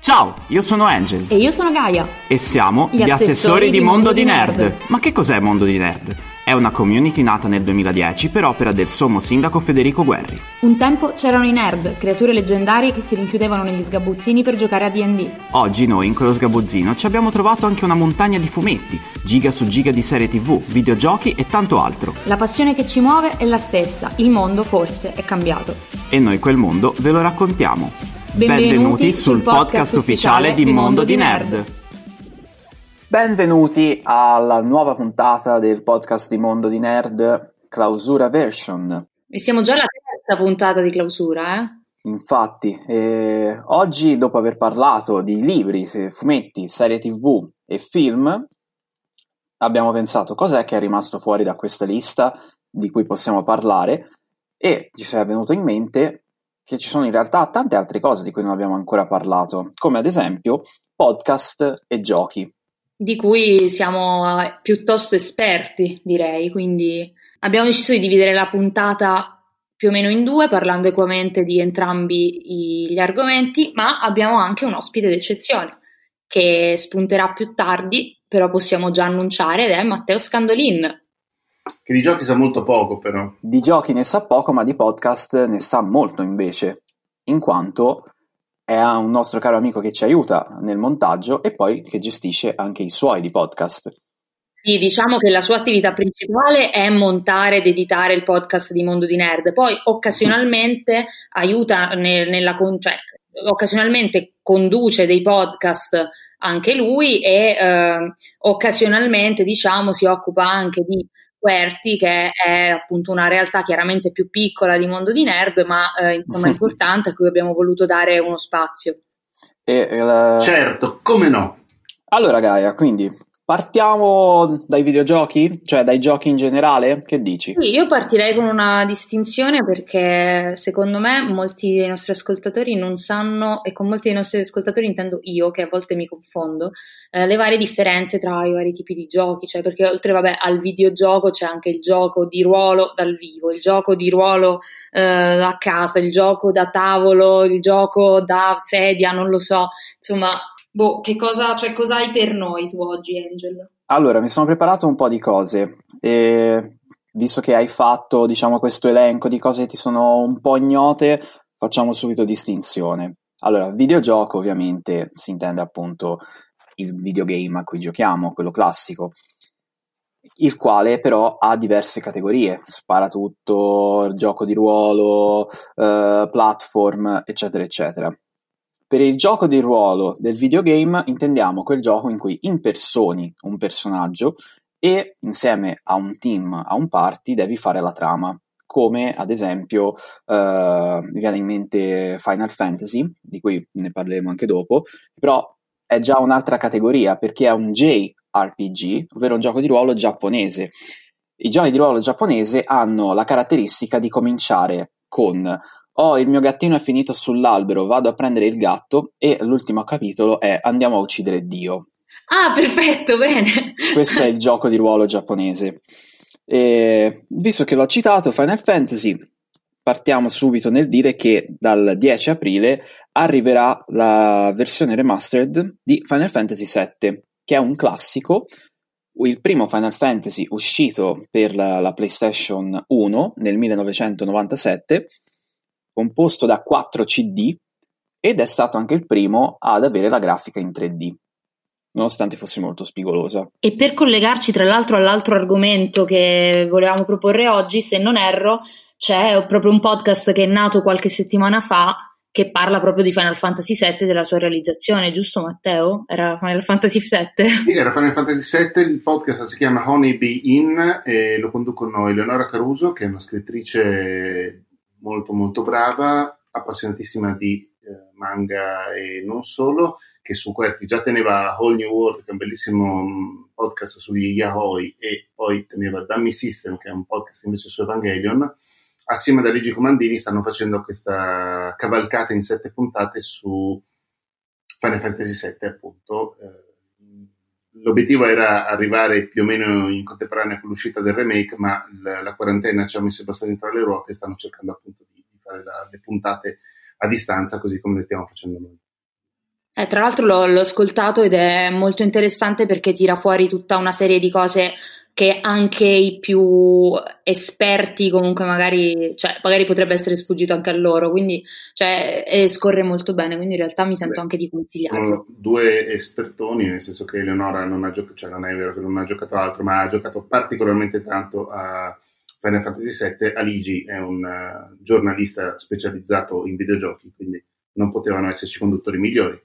Ciao, io sono Angel. E io sono Gaia. E siamo gli assessori di Mondo di Nerd. Ma che cos'è Mondo di Nerd? È una community nata nel 2010 per opera del sommo sindaco Federico Guerri. Un tempo c'erano i nerd, creature leggendarie che si rinchiudevano negli sgabuzzini per giocare a D&D. Oggi noi in quello sgabuzzino ci abbiamo trovato anche una montagna di fumetti, giga su giga di serie TV, videogiochi e tanto altro. La passione che ci muove è la stessa, il mondo forse è cambiato. E noi quel mondo ve lo raccontiamo. Benvenuti sul podcast ufficiale di Mondo di Nerd. Benvenuti alla nuova puntata del podcast di Mondo di Nerd, Clausura Version. E siamo già alla terza puntata di clausura, Infatti, oggi dopo aver parlato di libri, fumetti, serie TV e film, abbiamo pensato cos'è che è rimasto fuori da questa lista di cui possiamo parlare e ci è venuto in mente che ci sono in realtà tante altre cose di cui non abbiamo ancora parlato, come ad esempio podcast e giochi. di cui siamo piuttosto esperti, direi, quindi abbiamo deciso di dividere la puntata più o meno in due, parlando equamente di entrambi gli argomenti, ma abbiamo anche un ospite d'eccezione che spunterà più tardi, però possiamo già annunciare, ed è Matteo Scandolin. Che di giochi sa molto poco, però. Di giochi ne sa poco, ma di podcast ne sa molto invece, in quanto è un nostro caro amico che ci aiuta nel montaggio e poi che gestisce anche i suoi di podcast. Sì, diciamo che la sua attività principale è montare ed editare il podcast di Mondo di Nerd, poi occasionalmente aiuta occasionalmente conduce dei podcast anche lui e occasionalmente, diciamo, si occupa anche di Querti, che è appunto una realtà chiaramente più piccola di Mondo di Nerd, ma insomma importante, a cui abbiamo voluto dare uno spazio. Certo, come no? Allora Gaia, quindi partiamo dai videogiochi? Cioè dai giochi in generale? Che dici? Sì, io partirei con una distinzione perché secondo me molti dei nostri ascoltatori non sanno, e con molti dei nostri ascoltatori intendo io, che a volte mi confondo, le varie differenze tra i vari tipi di giochi, cioè perché oltre al videogioco c'è anche il gioco di ruolo dal vivo, il gioco di ruolo a casa, il gioco da tavolo, il gioco da sedia, non lo so, insomma... cosa hai per noi tu oggi, Angel? Allora, mi sono preparato un po' di cose e visto che hai fatto, diciamo, questo elenco di cose che ti sono un po' ignote, facciamo subito distinzione. Allora, videogioco ovviamente si intende appunto il videogame a cui giochiamo, quello classico, il quale però ha diverse categorie, sparatutto, gioco di ruolo, platform, eccetera, eccetera. Per il gioco di ruolo del videogame intendiamo quel gioco in cui impersoni un personaggio e insieme a un team, a un party, devi fare la trama, come ad esempio mi viene in mente Final Fantasy, di cui ne parleremo anche dopo, però è già un'altra categoria perché è un JRPG, ovvero un gioco di ruolo giapponese. I giochi di ruolo giapponese hanno la caratteristica di cominciare con il mio gattino è finito sull'albero, vado a prendere il gatto, e l'ultimo capitolo è andiamo a uccidere Dio. Ah, perfetto, bene. Questo è il gioco di ruolo giapponese. E, visto che l'ho citato, Final Fantasy, partiamo subito nel dire che dal 10 aprile arriverà la versione remastered di Final Fantasy VII, che è un classico, il primo Final Fantasy uscito per la PlayStation 1 nel 1997, composto da 4 CD, ed è stato anche il primo ad avere la grafica in 3D, nonostante fosse molto spigolosa. E per collegarci tra l'altro all'altro argomento che volevamo proporre oggi, se non erro, c'è proprio un podcast che è nato qualche settimana fa che parla proprio di Final Fantasy VII e della sua realizzazione, giusto Matteo? Era Final Fantasy VII? Sì, era Final Fantasy VII, il podcast si chiama Honey Bee Inn e lo conducono Eleonora Caruso, che è una scrittrice molto molto brava, appassionatissima di manga e non solo, che su Querti già teneva Whole New World, che è un bellissimo podcast sugli yaoi, e poi teneva Dummy System, che è un podcast invece su Evangelion. Assieme ad Luigi Comandini stanno facendo questa cavalcata in 7 puntate su Final Fantasy VII, appunto. L'obiettivo era arrivare più o meno in contemporanea con l'uscita del remake, ma la quarantena ci ha messo i bastoni tra le ruote e stanno cercando appunto di fare le puntate a distanza, così come le stiamo facendo noi. Tra l'altro l'ho ascoltato ed è molto interessante perché tira fuori tutta una serie di cose che anche i più esperti comunque magari potrebbe essere sfugito anche a loro, quindi scorre molto bene, quindi in realtà mi sento anche di consigliarlo. Sono due espertoni, nel senso che Eleonora non ha giocato, cioè non è vero che non ha giocato altro, ma ha giocato particolarmente tanto a Final Fantasy VII. Aligi è un giornalista specializzato in videogiochi, quindi non potevano esserci conduttori migliori.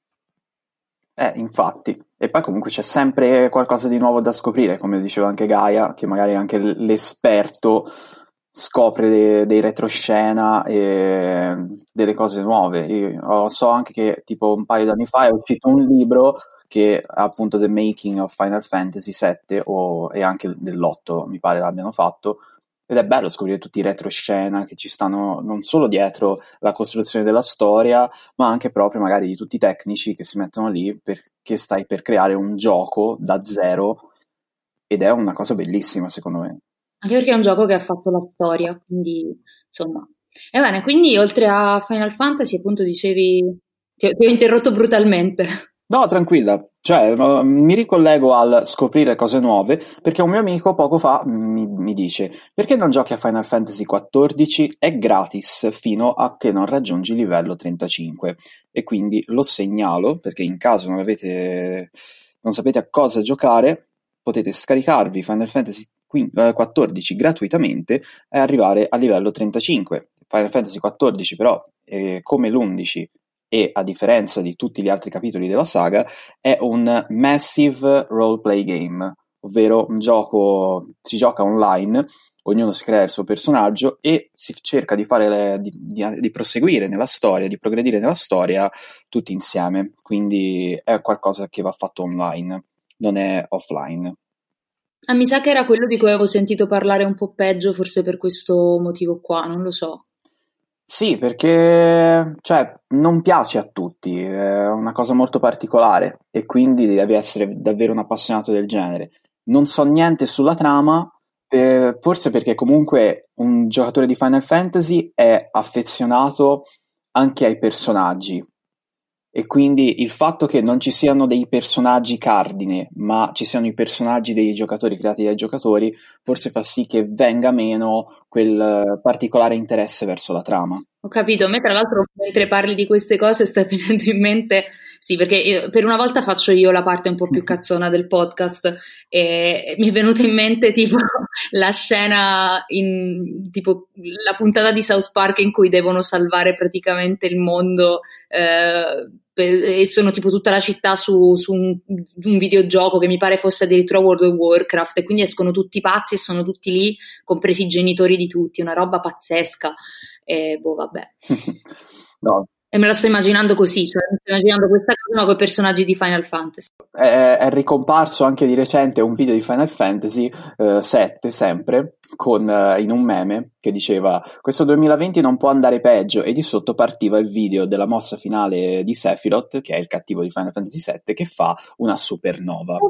Infatti. E poi comunque c'è sempre qualcosa di nuovo da scoprire, come diceva anche Gaia, che magari anche l'esperto scopre dei retroscena e delle cose nuove. Io so anche che tipo un paio d'anni fa è uscito un libro che è appunto The Making of Final Fantasy VII e anche dell'8 mi pare l'abbiano fatto, ed è bello scoprire tutti i retroscena che ci stanno non solo dietro la costruzione della storia, ma anche proprio magari di tutti i tecnici che si mettono lì perché stai per creare un gioco da zero, ed è una cosa bellissima secondo me. Anche perché è un gioco che ha fatto la storia, quindi insomma. Ebbene, quindi oltre a Final Fantasy, appunto dicevi, ti ho interrotto brutalmente. No, tranquilla, cioè mi ricollego al scoprire cose nuove perché un mio amico poco fa mi dice: perché non giochi a Final Fantasy XIV? È gratis fino a che non raggiungi il livello 35, e quindi lo segnalo perché in caso non sapete a cosa giocare, potete scaricarvi Final Fantasy XIV gratuitamente e arrivare al livello 35. Final Fantasy XIV però, come l'11 e a differenza di tutti gli altri capitoli della saga, è un massive roleplay game, ovvero un gioco, si gioca online, ognuno si crea il suo personaggio e si cerca di fare di proseguire nella storia, di progredire nella storia tutti insieme, quindi è qualcosa che va fatto online, non è offline. Mi sa che era quello di cui avevo sentito parlare un po' peggio, forse per questo motivo qua, non lo so. Sì, perché non piace a tutti, è una cosa molto particolare e quindi devi essere davvero un appassionato del genere. Non so niente sulla trama, forse perché comunque un giocatore di Final Fantasy è affezionato anche ai personaggi, e quindi il fatto che non ci siano dei personaggi cardine, ma ci siano i personaggi dei giocatori creati dai giocatori, forse fa sì che venga meno quel particolare interesse verso la trama. Ho capito, a me tra l'altro mentre parli di queste cose sta venendo in mente, sì, perché per una volta faccio io la parte un po' più cazzona del podcast e mi è venuta in mente tipo la scena tipo la puntata di South Park in cui devono salvare praticamente il mondo e sono tipo tutta la città su un videogioco che mi pare fosse addirittura World of Warcraft, e quindi escono tutti pazzi e sono tutti lì, compresi i genitori di tutti, una roba pazzesca. E vabbè. No. E me la sto immaginando così, cioè mi sto immaginando questa cosa ma con i personaggi di Final Fantasy. È ricomparso anche di recente un video di Final Fantasy 7 sempre in un meme che diceva: questo 2020 non può andare peggio, e di sotto partiva il video della mossa finale di Sephiroth, che è il cattivo di Final Fantasy 7, che fa una supernova.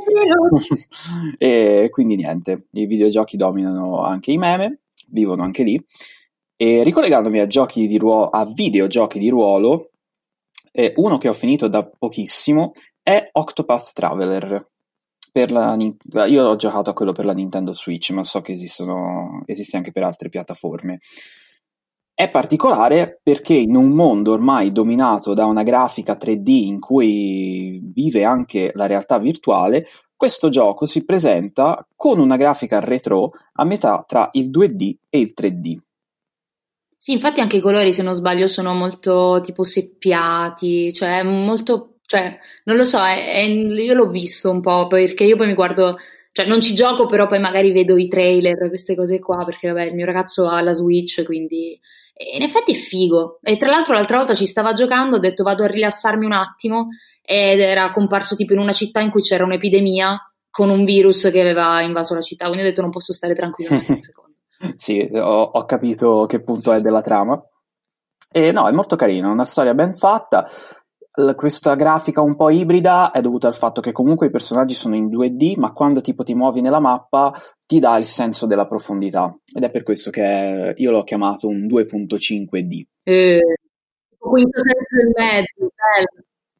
E quindi niente, i videogiochi dominano anche i meme, vivono anche lì. E ricollegandomi a videogiochi di ruolo, uno che ho finito da pochissimo è Octopath Traveler. Io ho giocato a quello per la Nintendo Switch, ma so che esiste anche per altre piattaforme. È particolare perché in un mondo ormai dominato da una grafica 3D in cui vive anche la realtà virtuale, questo gioco si presenta con una grafica retro a metà tra il 2D e il 3D. Sì, infatti anche i colori, se non sbaglio, sono molto tipo seppiati, cioè molto, cioè non lo so, io l'ho visto un po' perché io poi mi guardo, cioè non ci gioco, però poi magari vedo i trailer, queste cose qua, perché vabbè, il mio ragazzo ha la Switch, quindi in effetti è figo. E tra l'altro l'altra volta ci stava giocando, ho detto vado a rilassarmi un attimo, ed era comparso tipo in una città in cui c'era un'epidemia con un virus che aveva invaso la città, quindi ho detto non posso stare tranquillo un secondo. Sì, ho capito che punto è della trama. E no, è molto carino, una storia ben fatta. Questa grafica un po' ibrida è dovuta al fatto che comunque i personaggi sono in 2D, ma quando tipo ti muovi nella mappa ti dà il senso della profondità, ed è per questo che io l'ho chiamato un 2.5D. Quinto senso del mezzo, bello.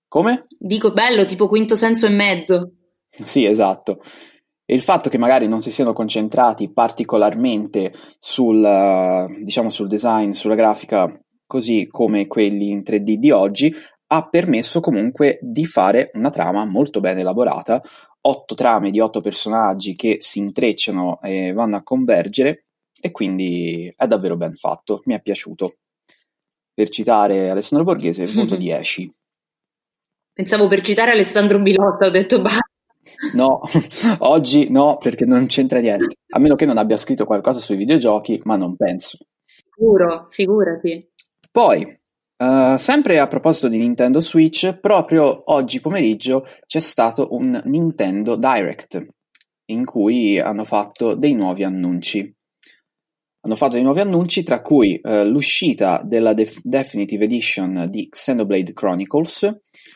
Come? Dico bello, tipo quinto senso e mezzo. Sì, esatto. E il fatto che magari non si siano concentrati particolarmente diciamo, sul design, sulla grafica, così come quelli in 3D di oggi, ha permesso comunque di fare una trama molto ben elaborata, 8 trame di 8 personaggi che si intrecciano e vanno a convergere, e quindi è davvero ben fatto, mi è piaciuto. Per citare Alessandro Borghese, voto 10. Pensavo per citare Alessandro Bilotta, ho detto basta. No, oggi no, perché non c'entra niente. A meno che non abbia scritto qualcosa sui videogiochi, ma non penso. Sicuro, figurati. Poi, sempre a proposito di Nintendo Switch, proprio oggi pomeriggio c'è stato un Nintendo Direct in cui hanno fatto dei nuovi annunci. Hanno fatto dei nuovi annunci, tra cui l'uscita della Definitive Edition di Xenoblade Chronicles,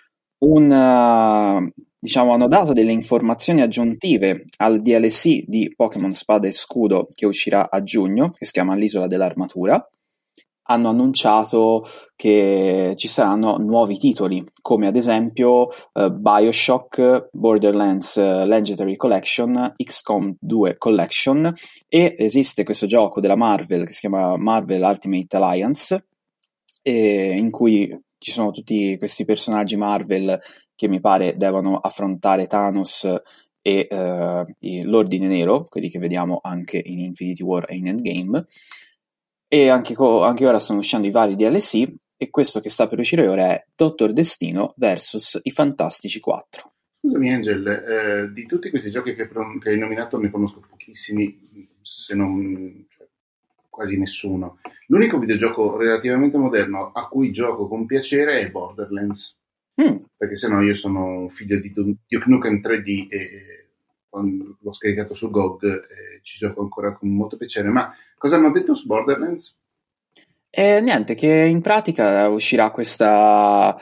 diciamo, hanno dato delle informazioni aggiuntive al DLC di Pokémon Spada e Scudo che uscirà a giugno, che si chiama L'Isola dell'Armatura. Hanno annunciato che ci saranno nuovi titoli, come ad esempio BioShock, Borderlands Legendary Collection, XCOM 2 Collection, e esiste questo gioco della Marvel che si chiama Marvel Ultimate Alliance, in cui ci sono tutti questi personaggi Marvel che mi pare devono affrontare Thanos e l'Ordine Nero, quelli che vediamo anche in Infinity War e in Endgame. E anche ora stanno uscendo i vari DLC, e questo che sta per uscire ora è Dottor Destino vs i Fantastici 4. Scusami Angel, di tutti questi giochi che hai nominato ne conosco pochissimi, se non cioè, quasi nessuno. L'unico videogioco relativamente moderno a cui gioco con piacere è Borderlands, perché sennò io sono un figlio di Duke Nukem 3D e quando l'ho scaricato su GOG ci gioco ancora con molto piacere. Ma cosa hanno detto su Borderlands? Niente, che in pratica uscirà questa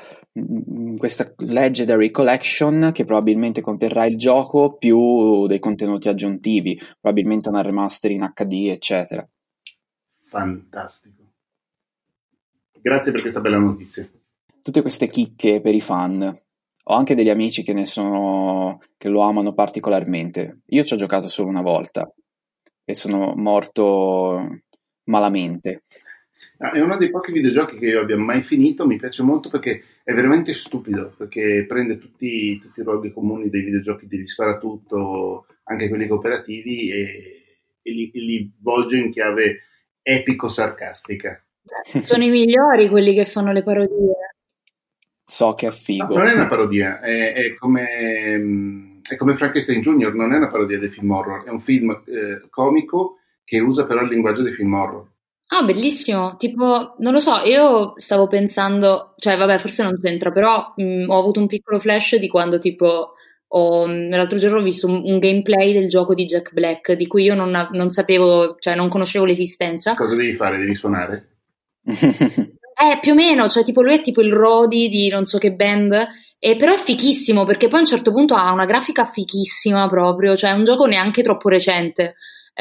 Legendary Collection che probabilmente conterrà il gioco più dei contenuti aggiuntivi, probabilmente una remaster in HD, eccetera. Fantastico. Grazie per questa bella notizia. Tutte queste chicche per i fan. Ho anche degli amici che lo amano particolarmente. Io ci ho giocato solo una volta e sono morto malamente. È uno dei pochi videogiochi che io abbia mai finito, mi piace molto perché è veramente stupido, perché prende tutti i luoghi comuni dei videogiochi degli sparatutto, anche quelli cooperativi, e li volge in chiave epico-sarcastica. Sono i migliori quelli che fanno le parodie. So che è figo. No, non è una parodia, è come Frankenstein Junior, non è una parodia dei film horror, è un film comico che usa però il linguaggio dei film horror. Ah, bellissimo, tipo, non lo so, io stavo pensando, cioè vabbè, forse non c'entra, però ho avuto un piccolo flash di quando tipo l'altro giorno ho visto un gameplay del gioco di Jack Black, di cui io non sapevo, cioè non conoscevo l'esistenza. Cosa devi fare? Devi suonare? Più o meno, cioè tipo lui è tipo il Rodi di non so che band, però è fichissimo, perché poi a un certo punto ha una grafica fichissima proprio, cioè è un gioco neanche troppo recente.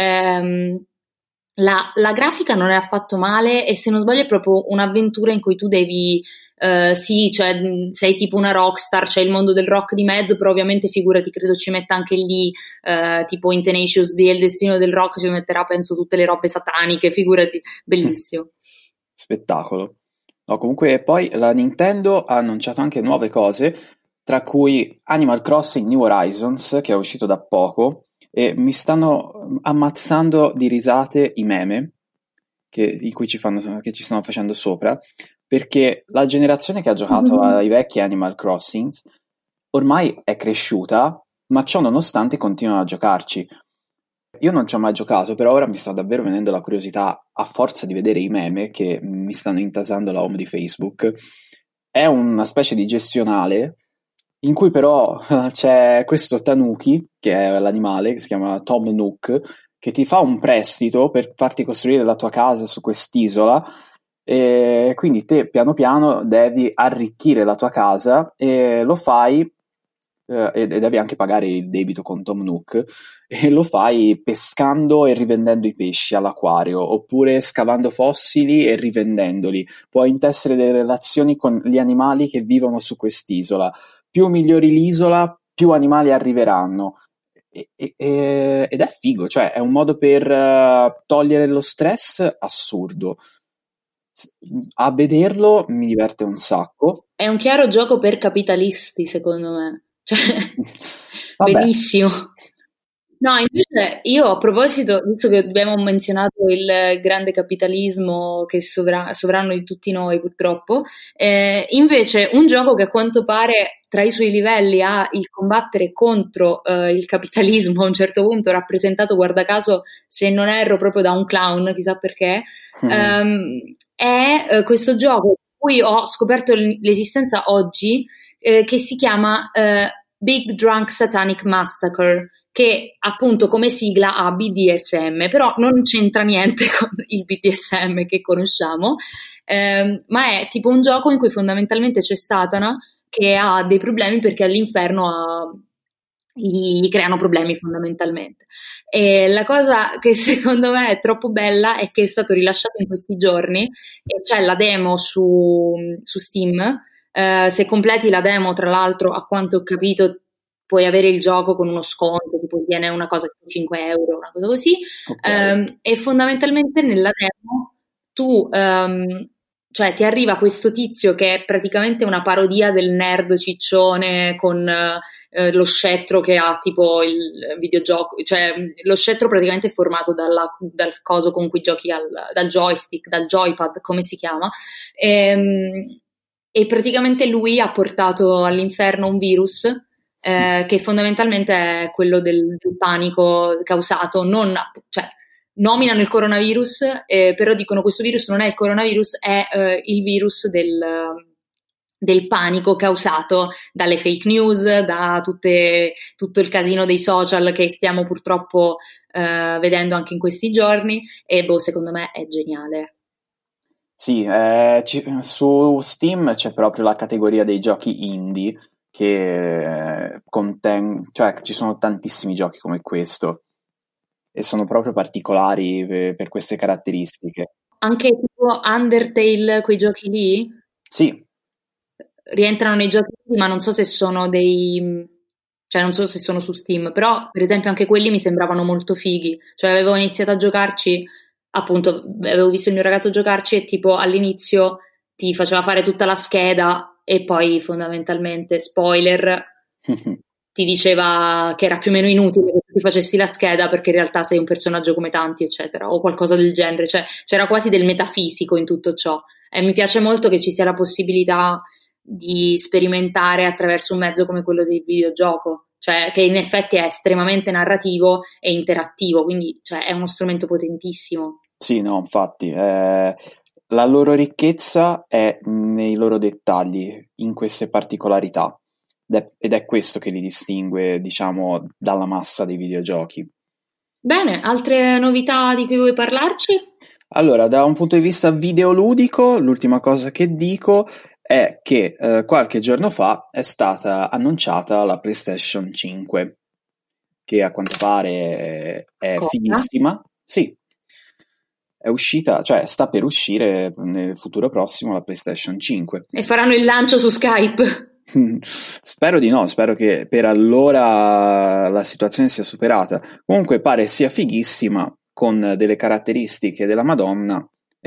La grafica non è affatto male, e se non sbaglio è proprio un'avventura in cui tu devi, sì, cioè sei tipo una rockstar, c'è il mondo del rock di mezzo, però ovviamente figurati, credo ci metta anche lì, tipo in Tenacious D, il destino del rock, ci metterà penso tutte le robe sataniche, figurati, bellissimo. Spettacolo. No, comunque poi la Nintendo ha annunciato anche nuove cose, tra cui Animal Crossing New Horizons, che è uscito da poco, e mi stanno ammazzando di risate i meme che ci stanno facendo sopra, perché la generazione che ha giocato ai vecchi Animal Crossing ormai è cresciuta, ma ciò nonostante continuano a giocarci. Io non ci ho mai giocato, però ora mi sta davvero venendo la curiosità, a forza di vedere i meme che mi stanno intasando la home di Facebook. È una specie di gestionale in cui però c'è questo Tanuki, che è l'animale, che si chiama Tom Nook, che ti fa un prestito per farti costruire la tua casa su quest'isola, e quindi te piano piano devi arricchire la tua casa, e lo fai e devi anche pagare il debito con Tom Nook, e lo fai pescando e rivendendo i pesci all'acquario, oppure scavando fossili e rivendendoli. Puoi intessere delle relazioni con gli animali che vivono su quest'isola. Più migliori l'isola, più animali arriveranno. Ed è figo, cioè è un modo per togliere lo stress assurdo. A vederlo mi diverte un sacco. È un chiaro gioco per capitalisti, secondo me. Cioè, Vabbè. benissimo. No, invece io a proposito, visto che abbiamo menzionato il grande capitalismo che è sovrano di tutti noi purtroppo, invece un gioco che a quanto pare tra i suoi livelli ha il combattere contro il capitalismo a un certo punto, rappresentato guarda caso, se non erro, proprio da un clown, chissà perché, è questo gioco di cui ho scoperto l'esistenza oggi, che si chiama Big Drunk Satanic Massacre, che appunto come sigla ha BDSM, però non c'entra niente con il BDSM che conosciamo, ma è tipo un gioco in cui fondamentalmente c'è Satana che ha dei problemi perché all'inferno gli creano problemi fondamentalmente. E la cosa che secondo me è troppo bella è che è stato rilasciato in questi giorni e c'è la demo su Steam. Se completi la demo, tra l'altro, a quanto ho capito, puoi avere il gioco con uno sconto, tipo viene una cosa con 5 euro, una cosa così. Okay. E fondamentalmente nella demo tu, cioè ti arriva questo tizio che è praticamente una parodia del nerd ciccione con lo scettro che ha tipo il videogioco, cioè lo scettro praticamente è formato dal coso con cui giochi, dal joystick, dal joypad, come si chiama, e praticamente lui ha portato all'inferno un virus che fondamentalmente è quello del panico causato, cioè nominano il coronavirus, però dicono questo virus non è il coronavirus, è il virus del panico causato dalle fake news, da tutto il casino dei social che stiamo purtroppo vedendo anche in questi giorni, e secondo me è geniale. Sì, su Steam c'è proprio la categoria dei giochi indie che cioè ci sono tantissimi giochi come questo e sono proprio particolari per queste caratteristiche. Anche tipo Undertale, quei giochi lì? Sì. Rientrano nei giochi, ma non so se sono cioè non so se sono su Steam, però per esempio anche quelli mi sembravano molto fighi, cioè avevo iniziato a giocarci, appunto avevo visto il mio ragazzo giocarci e tipo all'inizio ti faceva fare tutta la scheda e poi fondamentalmente, spoiler, ti diceva che era più o meno inutile che ti facessi la scheda perché in realtà sei un personaggio come tanti, eccetera, o qualcosa del genere, cioè c'era quasi del metafisico in tutto ciò, e mi piace molto che ci sia la possibilità di sperimentare attraverso un mezzo come quello del videogioco, cioè che in effetti è estremamente narrativo e interattivo, quindi cioè, è uno strumento potentissimo. Sì, no, infatti, la loro ricchezza è nei loro dettagli, in queste particolarità, ed è questo che li distingue, diciamo, dalla massa dei videogiochi. Bene, altre novità di cui vuoi parlarci? Allora, da un punto di vista videoludico, l'ultima cosa che dico è che qualche giorno fa è stata annunciata la PlayStation 5, che a quanto pare è fighissima. Sì, è uscita, cioè sta per uscire nel futuro prossimo la PlayStation 5. E faranno il lancio su Skype? Spero di no, spero che per allora la situazione sia superata. Comunque pare sia fighissima, con delle caratteristiche della Madonna.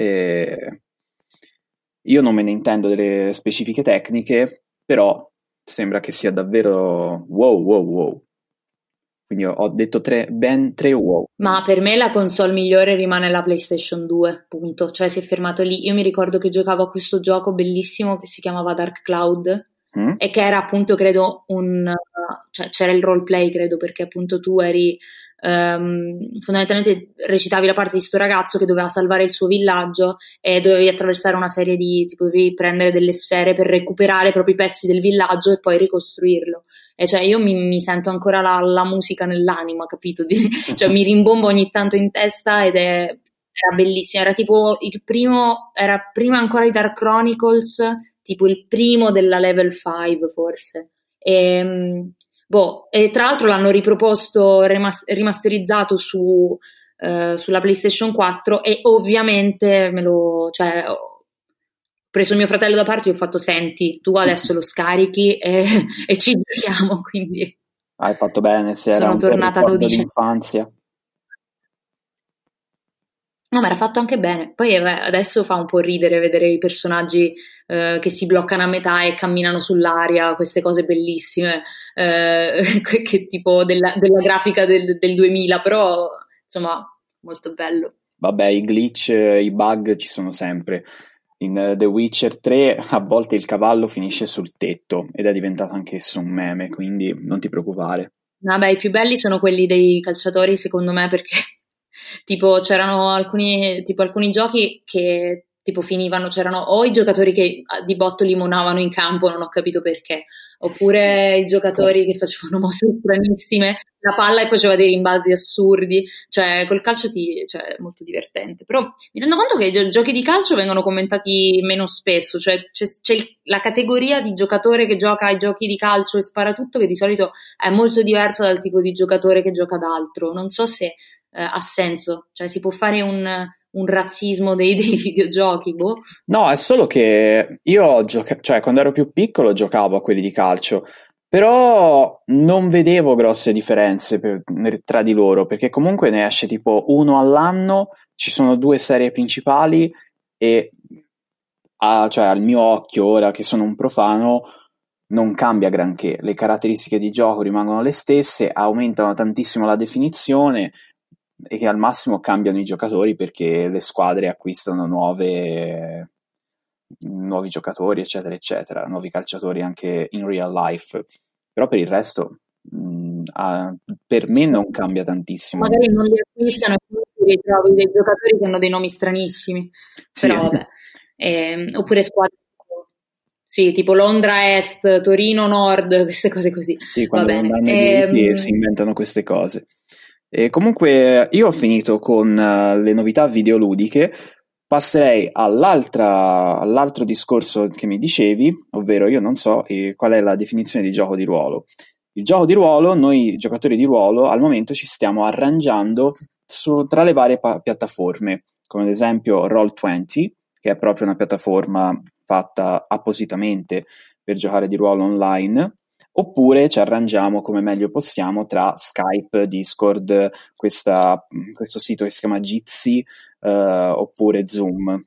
Io non me ne intendo delle specifiche tecniche, però sembra che sia davvero wow. Quindi ho detto ben tre wow. Ma per me la console migliore rimane la PlayStation 2, punto. Cioè si è fermato lì. Io mi ricordo che giocavo a questo gioco bellissimo che si chiamava Dark Cloud e che era appunto, credo, cioè c'era il roleplay, credo, perché appunto tu eri fondamentalmente recitavi la parte di sto ragazzo che doveva salvare il suo villaggio e dovevi attraversare una serie di, tipo dovevi prendere delle sfere per recuperare i propri pezzi del villaggio e poi ricostruirlo. E cioè io mi sento ancora la musica nell'anima, capito? Cioè mi rimbombo ogni tanto in testa ed era bellissimo. Era tipo era prima ancora di Dark Chronicles, tipo il primo della Level 5 forse. boh, e tra l'altro l'hanno riproposto rimasterizzato sulla PlayStation 4 e ovviamente cioè, ho preso mio fratello da parte e ho fatto: senti, tu adesso lo scarichi e ci giochiamo, quindi Hai fatto bene, se era sono un bel tornata ricordo 12 d'infanzia. No, ma era fatto anche bene. Poi adesso fa un po' ridere vedere i personaggi che si bloccano a metà e camminano sull'aria, queste cose bellissime, che tipo della grafica del 2000, però insomma molto bello. Vabbè, i glitch, i bug ci sono sempre. In The Witcher 3 a volte il cavallo finisce sul tetto ed è diventato anch'esso un meme, quindi non ti preoccupare. Vabbè, i più belli sono quelli dei calciatori, secondo me, perché tipo c'erano alcuni giochi che tipo finivano, c'erano o i giocatori che di botto limonavano in campo, non ho capito perché, oppure i giocatori che facevano mosse stranissime, la palla e faceva dei rimbalzi assurdi, cioè col calcio cioè, è molto divertente, però mi rendo conto che i giochi di calcio vengono commentati meno spesso, cioè c'è la categoria di giocatore che gioca ai giochi di calcio e spara tutto, che di solito è molto diversa dal tipo di giocatore che gioca ad altro, non so se ha senso, cioè si può fare un razzismo dei videogiochi, boh. No, è solo che io cioè quando ero più piccolo giocavo a quelli di calcio, però non vedevo grosse differenze tra di loro, perché comunque ne esce tipo uno all'anno, ci sono 2 serie principali e cioè, al mio occhio, ora che sono un profano, non cambia granché, le caratteristiche di gioco rimangono le stesse, aumentano tantissimo la definizione e che al massimo cambiano i giocatori perché le squadre acquistano nuovi giocatori, eccetera, eccetera, nuovi calciatori anche in real life. Però per il resto, per me non cambia tantissimo. Magari non li acquistano e quindi ti ritrovi dei giocatori che hanno dei nomi stranissimi, Sì. però vabbè. Oppure squadre sì, tipo Londra Est, Torino Nord, queste cose così. Sì, Va quando non bene. danno i diritti si inventano queste cose. E comunque io ho finito con le novità videoludiche, passerei all'altro discorso che mi dicevi, ovvero io non so qual è la definizione di gioco di ruolo. Il gioco di ruolo, noi giocatori di ruolo al momento ci stiamo arrangiando tra le varie piattaforme, come ad esempio Roll20, che è proprio una piattaforma fatta appositamente per giocare di ruolo online, oppure ci arrangiamo come meglio possiamo tra Skype, Discord, questo sito che si chiama Jitsi, oppure Zoom.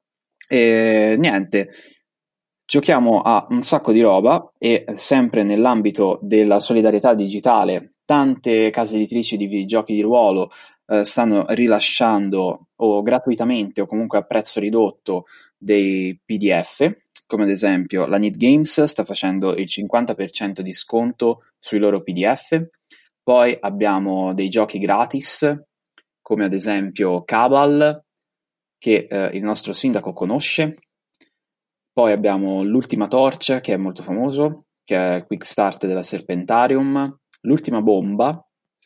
E niente, giochiamo a un sacco di roba e sempre nell'ambito della solidarietà digitale, tante case editrici di giochi di ruolo stanno rilasciando o gratuitamente o comunque a prezzo ridotto dei PDF, come ad esempio la Need Games sta facendo il 50% di sconto sui loro PDF. Poi abbiamo dei giochi gratis, come ad esempio Cabal, che il nostro sindaco conosce. Poi abbiamo l'Ultima Torcia, che è molto famoso, che è il quick start della Serpentarium. L'Ultima Bomba,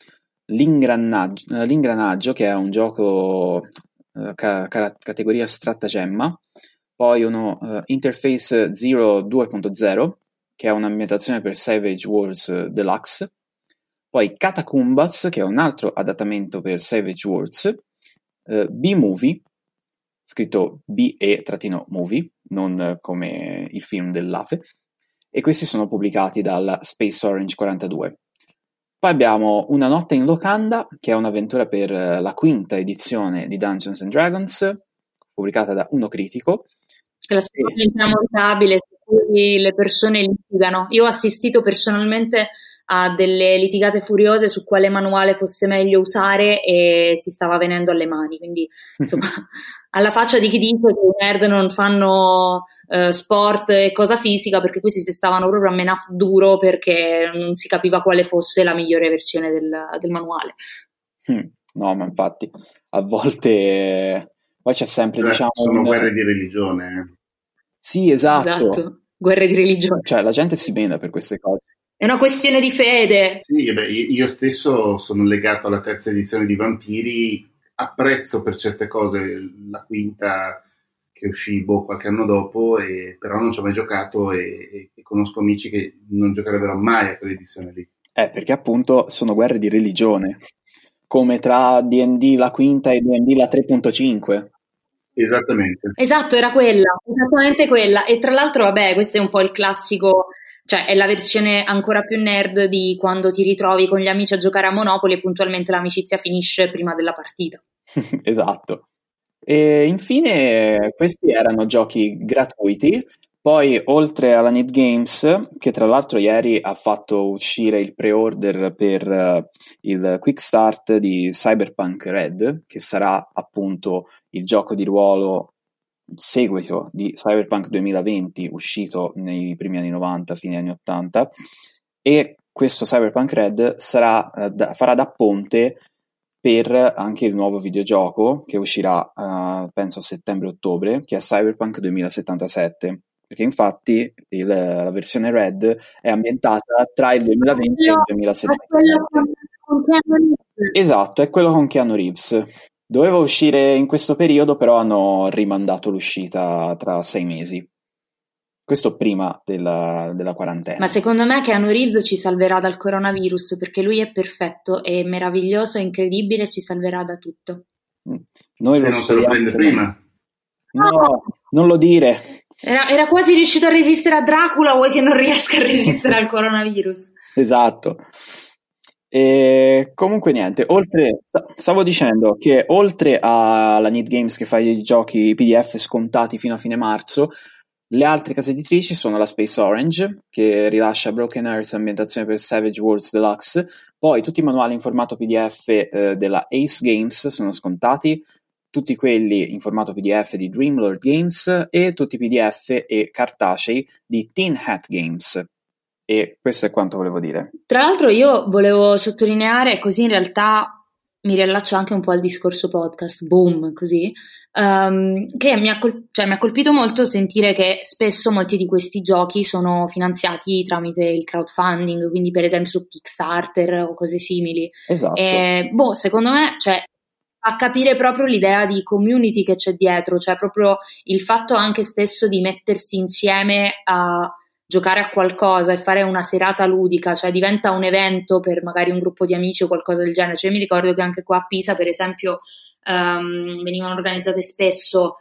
l'Ingranaggio, che è un gioco categoria stratagemma. Poi uno Interface Zero 2.0, che è un'ambientazione per Savage Worlds Deluxe. Poi Catacombas, che è un altro adattamento per Savage Worlds. B-Movie, scritto BE-movie, non come il film dell'Ape, e questi sono pubblicati dalla Space Orange 42. Poi abbiamo Una notte in locanda, che è un'avventura per la 5ª edizione di Dungeons and Dragons, pubblicata da Uno Critico. La storia intramontabile su cui le persone litigano. Io ho assistito personalmente a delle litigate furiose su quale manuale fosse meglio usare e si stava venendo alle mani, quindi insomma alla faccia di chi dice che i nerd non fanno sport e cosa fisica, perché questi si stavano proprio a menare duro perché non si capiva quale fosse la migliore versione del manuale. No, ma infatti a volte poi c'è sempre sono guerre di religione. Sì, esatto, guerre di religione, cioè la gente si mena per queste cose. È una questione di fede. Sì, beh, io stesso sono legato alla 3ª edizione di Vampiri, apprezzo per certe cose la 5ª che uscì qualche anno dopo, però non ci ho mai giocato e conosco amici che non giocherebbero mai a quell'edizione lì. Perché appunto sono guerre di religione, come tra D&D la quinta e D&D la 3.5. Esattamente. Esatto, era quella, esattamente quella. E tra l'altro, vabbè, questo è un po' il classico, cioè è la versione ancora più nerd di quando ti ritrovi con gli amici a giocare a Monopoli e puntualmente l'amicizia finisce prima della partita. Esatto. E infine questi erano giochi gratuiti. Poi, oltre alla Need Games, che tra l'altro ieri ha fatto uscire il pre-order per il Quick Start di Cyberpunk Red, che sarà appunto il gioco di ruolo seguito di Cyberpunk 2020, uscito nei primi anni 90, fine anni 80, e questo Cyberpunk Red farà da ponte per anche il nuovo videogioco che uscirà penso a settembre-ottobre, che è Cyberpunk 2077, perché infatti la versione Red è ambientata tra il 2020 e il 2077. Esatto, è quello con Keanu Reeves. Doveva uscire in questo periodo, però hanno rimandato l'uscita tra 6 mesi. Questo prima della quarantena. Ma secondo me Keanu Reeves ci salverà dal coronavirus, perché lui è perfetto, è meraviglioso, è incredibile, ci salverà da tutto. Noi se non se lo prende prima. No, non lo dire. Era quasi riuscito a resistere a Dracula, vuoi che non riesca a resistere al coronavirus? Esatto. E comunque niente, stavo dicendo che oltre alla Need Games che fa i giochi PDF scontati fino a fine marzo, le altre case editrici sono la Space Orange, che rilascia Broken Earth, ambientazione per Savage Worlds Deluxe, poi tutti i manuali in formato PDF della Ace Games sono scontati, tutti quelli in formato PDF di Dreamlord Games e tutti i PDF e cartacei di Tin Hat Games. E questo è quanto volevo dire. Tra l'altro io volevo sottolineare, così in realtà mi riallaccio anche un po' al discorso podcast, boom, così, che mi ha colpito molto sentire che spesso molti di questi giochi sono finanziati tramite il crowdfunding, quindi per esempio su Kickstarter o cose simili. Esatto. E, secondo me, fa capire proprio l'idea di community che c'è dietro, cioè proprio il fatto anche stesso di mettersi insieme a giocare a qualcosa e fare una serata ludica, cioè diventa un evento per magari un gruppo di amici o qualcosa del genere. Cioè mi ricordo che anche qua a Pisa, per esempio, venivano organizzate spesso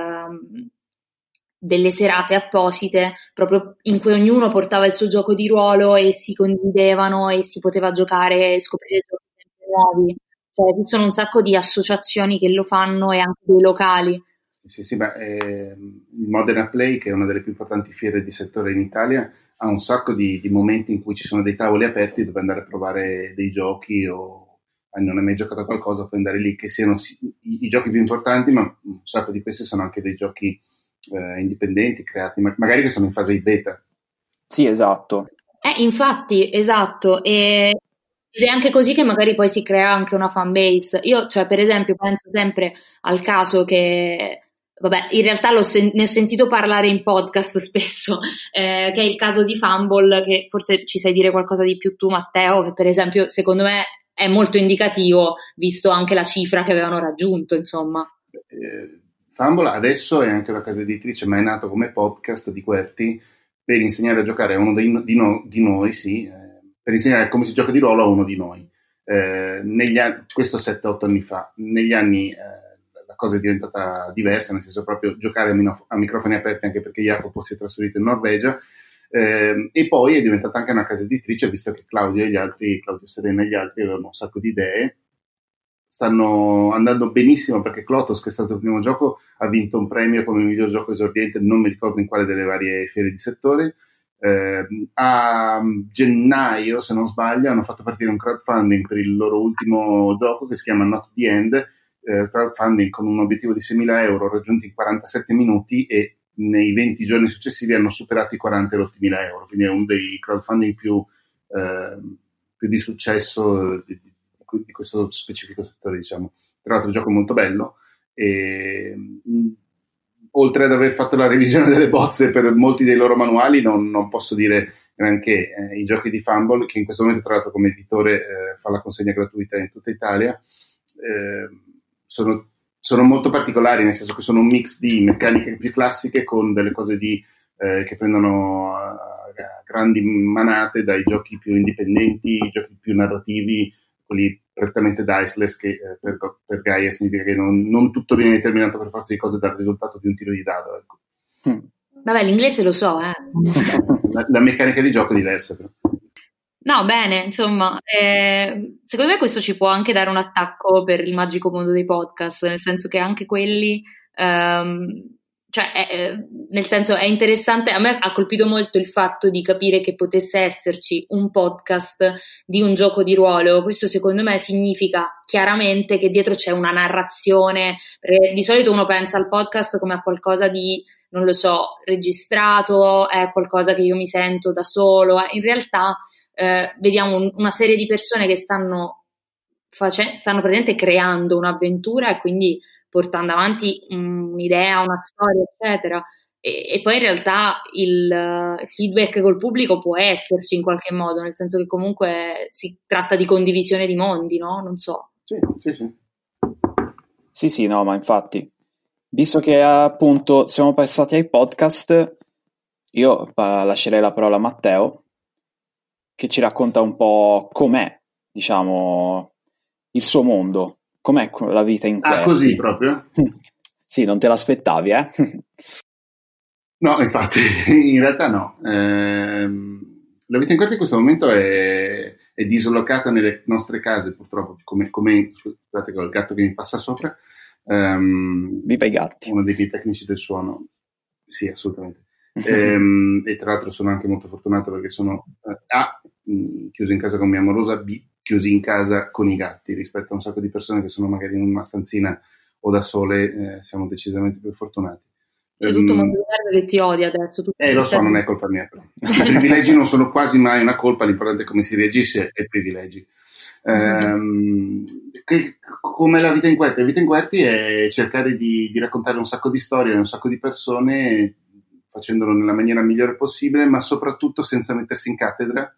delle serate apposite proprio in cui ognuno portava il suo gioco di ruolo e si condividevano e si poteva giocare e scoprire giochi sempre nuovi. Cioè, ci sono un sacco di associazioni che lo fanno e anche dei locali. Sì, il Modena Play, che è una delle più importanti fiere di settore in Italia, ha un sacco di momenti in cui ci sono dei tavoli aperti dove andare a provare dei giochi o non hai mai giocato a qualcosa, puoi andare lì, che siano i giochi più importanti, ma un sacco di questi sono anche dei giochi indipendenti, creati, magari che sono in fase di beta. Sì, esatto. Infatti, esatto, ed è anche così che magari poi si crea anche una fan base. Io, cioè, per esempio, penso sempre al caso che, vabbè, in realtà ne ho sentito parlare in podcast spesso, che è il caso di Fumble, che forse ci sai dire qualcosa di più tu, Matteo, che per esempio, secondo me è molto indicativo, visto anche la cifra che avevano raggiunto, insomma. Fumble adesso è anche una casa editrice, ma è nato come podcast di QWERTY per insegnare a giocare a uno di noi, sì, per insegnare come si gioca di ruolo a uno di noi. Questo 7-8 anni fa. Negli anni la cosa è diventata diversa, nel senso proprio giocare a microfoni aperti, anche perché Jacopo si è trasferito in Norvegia, e poi è diventata anche una casa editrice, visto che Claudio Serena e gli altri avevano un sacco di idee. Stanno andando benissimo, perché Clotos, che è stato il primo gioco, ha vinto un premio come miglior gioco esordiente, non mi ricordo in quale delle varie fiere di settore. A gennaio, se non sbaglio, hanno fatto partire un crowdfunding per il loro ultimo gioco, che si chiama Not the End, crowdfunding con un obiettivo di 6.000 euro raggiunti in 47 minuti, e nei 20 giorni successivi hanno superato i 40.000 euro, quindi è uno dei crowdfunding più di successo di questo specifico settore, diciamo. Tra l'altro, il gioco è molto bello, e oltre ad aver fatto la revisione delle bozze per molti dei loro manuali, non posso dire granché. I giochi di Fumble, che in questo momento tra l'altro come editore fa la consegna gratuita in tutta Italia, sono molto particolari, nel senso che sono un mix di meccaniche più classiche con delle cose che prendono a a grandi manate dai giochi più indipendenti, i giochi più narrativi, quelli prettamente diceless, che per Gaia significa che non tutto viene determinato per forza di cose dal risultato di un tiro di dado, ecco. Vabbè, l'inglese lo so, La meccanica di gioco è diversa, però. No, bene, insomma, secondo me questo ci può anche dare un attacco per il magico mondo dei podcast, nel senso che anche quelli, nel senso è interessante, a me ha colpito molto il fatto di capire che potesse esserci un podcast di un gioco di ruolo. Questo secondo me significa chiaramente che dietro c'è una narrazione, perché di solito uno pensa al podcast come a qualcosa di, non lo so, registrato, è qualcosa che io mi sento da solo, in realtà vediamo una serie di persone che stanno praticamente creando un'avventura e quindi portando avanti un'idea, una storia, eccetera. E poi in realtà il feedback col pubblico può esserci in qualche modo, nel senso che comunque si tratta di condivisione di mondi, no? Non so. Sì, no, ma infatti, visto che appunto siamo passati ai podcast, io lascerei la parola a Matteo, che ci racconta un po' com'è, diciamo, il suo mondo, com'è la vita in QWERTY. Così proprio? Sì, non te l'aspettavi, eh? No, infatti, in realtà no. La vita in QWERTY in questo momento è dislocata nelle nostre case, purtroppo, come scusate che ho il gatto che mi passa sopra. Viva i gatti. Uno dei tecnici del suono. Sì, assolutamente. E tra l'altro sono anche molto fortunato perché sono chiuso in casa con mia amorosa, B, chiusi in casa con i gatti, rispetto a un sacco di persone che sono magari in una stanzina o da sole. Siamo decisamente più fortunati. C'è tutto un mondo di merda che ti odia adesso. Lo so, non è colpa mia, però. I privilegi non sono quasi mai una colpa, l'importante è come si reagisce ai privilegi. Come la vita in QWERTY? La vita in QWERTY è cercare di raccontare un sacco di storie a un sacco di persone, facendolo nella maniera migliore possibile, ma soprattutto senza mettersi in cattedra,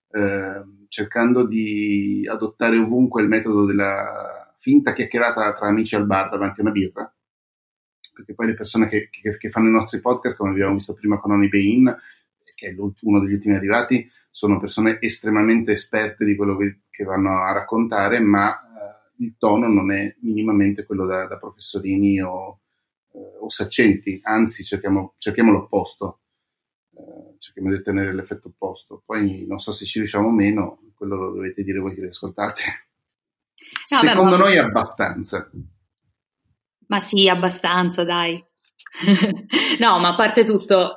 cercando di adottare ovunque il metodo della finta chiacchierata tra amici al bar davanti a una birra, perché poi le persone che fanno i nostri podcast, come abbiamo visto prima con Honey Bay Inn, che è uno degli ultimi arrivati, sono persone estremamente esperte di quello che vanno a raccontare, ma il tono non è minimamente quello da professorini o saccenti, anzi cerchiamo l'opposto, cerchiamo di ottenere l'effetto opposto. Poi non so se ci riusciamo o meno, quello lo dovete dire voi che li ascoltate. No, secondo noi abbastanza. Ma sì, abbastanza, dai. No, ma a parte tutto,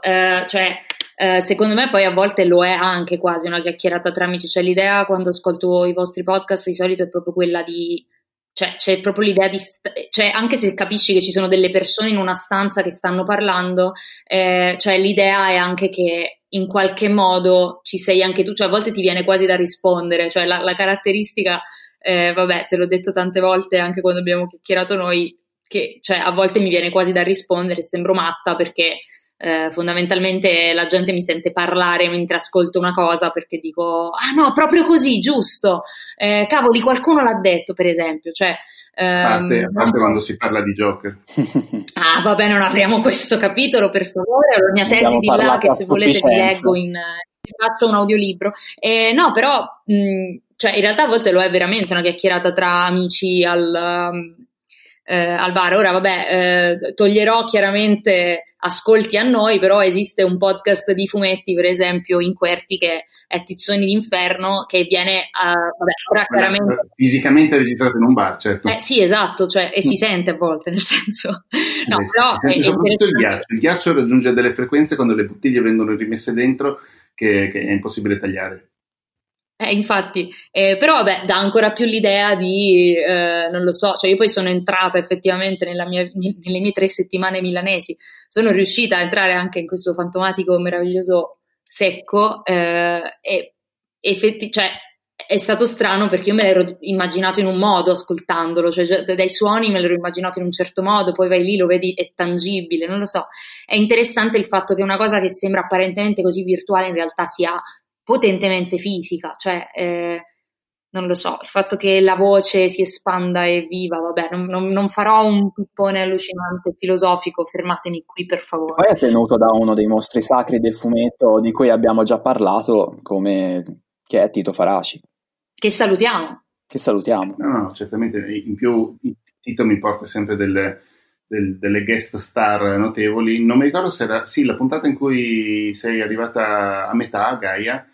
secondo me poi a volte lo è anche quasi una chiacchierata tra amici, cioè l'idea quando ascolto i vostri podcast di solito è proprio quella di, cioè c'è proprio l'idea di, cioè anche se capisci che ci sono delle persone in una stanza che stanno parlando, cioè l'idea è anche che in qualche modo ci sei anche tu, cioè a volte ti viene quasi da rispondere, cioè la caratteristica, vabbè, te l'ho detto tante volte anche quando abbiamo chiacchierato noi, che cioè a volte mi viene quasi da rispondere, sembro matta perché fondamentalmente la gente mi sente parlare mentre ascolto una cosa perché dico no, proprio così, giusto, cavoli, qualcuno l'ha detto, per esempio, cioè a parte quando si parla di Joker. Vabbè, non apriamo questo capitolo, per favore, la mia tesi di là che se volete vi leggo faccio un audiolibro, no, però cioè in realtà a volte lo è veramente una chiacchierata tra amici al bar. Ora vabbè, toglierò chiaramente ascolti a noi, però esiste un podcast di fumetti, per esempio in QWERTY, che è Tizzoni d'Inferno, che viene chiaramente fisicamente registrato in un bar, certo. Sì, esatto, cioè, e si sente a volte, nel senso no, però soprattutto il ghiaccio raggiunge delle frequenze quando le bottiglie vengono rimesse dentro che è impossibile tagliare. Infatti, però vabbè, dà ancora più l'idea di, non lo so, cioè io poi sono entrata effettivamente nelle mie 3 settimane milanesi, sono riuscita a entrare anche in questo fantomatico meraviglioso secco, e cioè è stato strano perché io me l'ero immaginato in un modo ascoltandolo, cioè dai suoni me l'ero immaginato in un certo modo, poi vai lì, lo vedi, è tangibile, non lo so, è interessante il fatto che una cosa che sembra apparentemente così virtuale in realtà sia potentemente fisica, cioè non lo so, il fatto che la voce si espanda e viva, vabbè, non farò un pippone allucinante filosofico, fermatemi qui per favore. Poi è tenuto da uno dei mostri sacri del fumetto di cui abbiamo già parlato, che è Tito Faraci. Che salutiamo. Che salutiamo. No, certamente. In più Tito mi porta sempre delle guest star notevoli. Non mi ricordo se era la puntata in cui sei arrivata a metà, Gaia,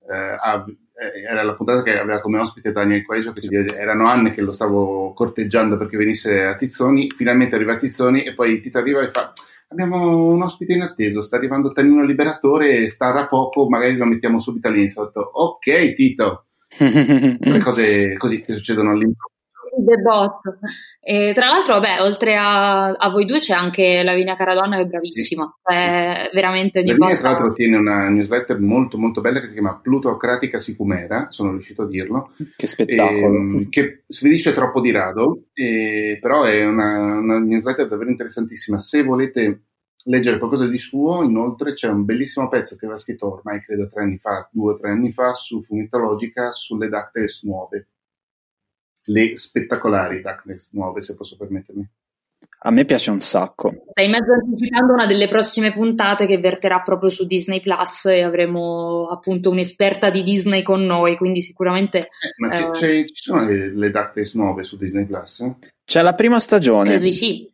era la puntata che aveva come ospite Daniel Quaggio, che erano anni che lo stavo corteggiando perché venisse a Tizzoni. Finalmente arriva a Tizzoni e poi Tito arriva e fa: abbiamo un ospite in atteso, sta arrivando Tanino Liberatore, starà poco, magari lo mettiamo subito all'inizio. Ho detto, ok Tito, le cose così che succedono all'improvviso. Debotto. E tra l'altro, vabbè, oltre a voi due c'è anche Lavinia Caradonna che è bravissima, è veramente ogni Lavinia volta... tra l'altro tiene una newsletter molto molto bella che si chiama Plutocratica Sicumera, sono riuscito a dirlo. Che spettacolo. Che si dice troppo di rado, però è una newsletter davvero interessantissima. Se volete leggere qualcosa di suo, inoltre c'è un bellissimo pezzo che aveva scritto ormai credo 2 o 3 anni fa su Fumettologica sulle DuckTales nuove. Le spettacolari DuckTales nuove, se posso permettermi. A me piace un sacco. Stai mezzo anticipando una delle prossime puntate che verterà proprio su Disney Plus e avremo appunto un'esperta di Disney con noi, quindi sicuramente... Ma ci sono le DuckTales nuove su Disney Plus? C'è la prima stagione. Credo di sì.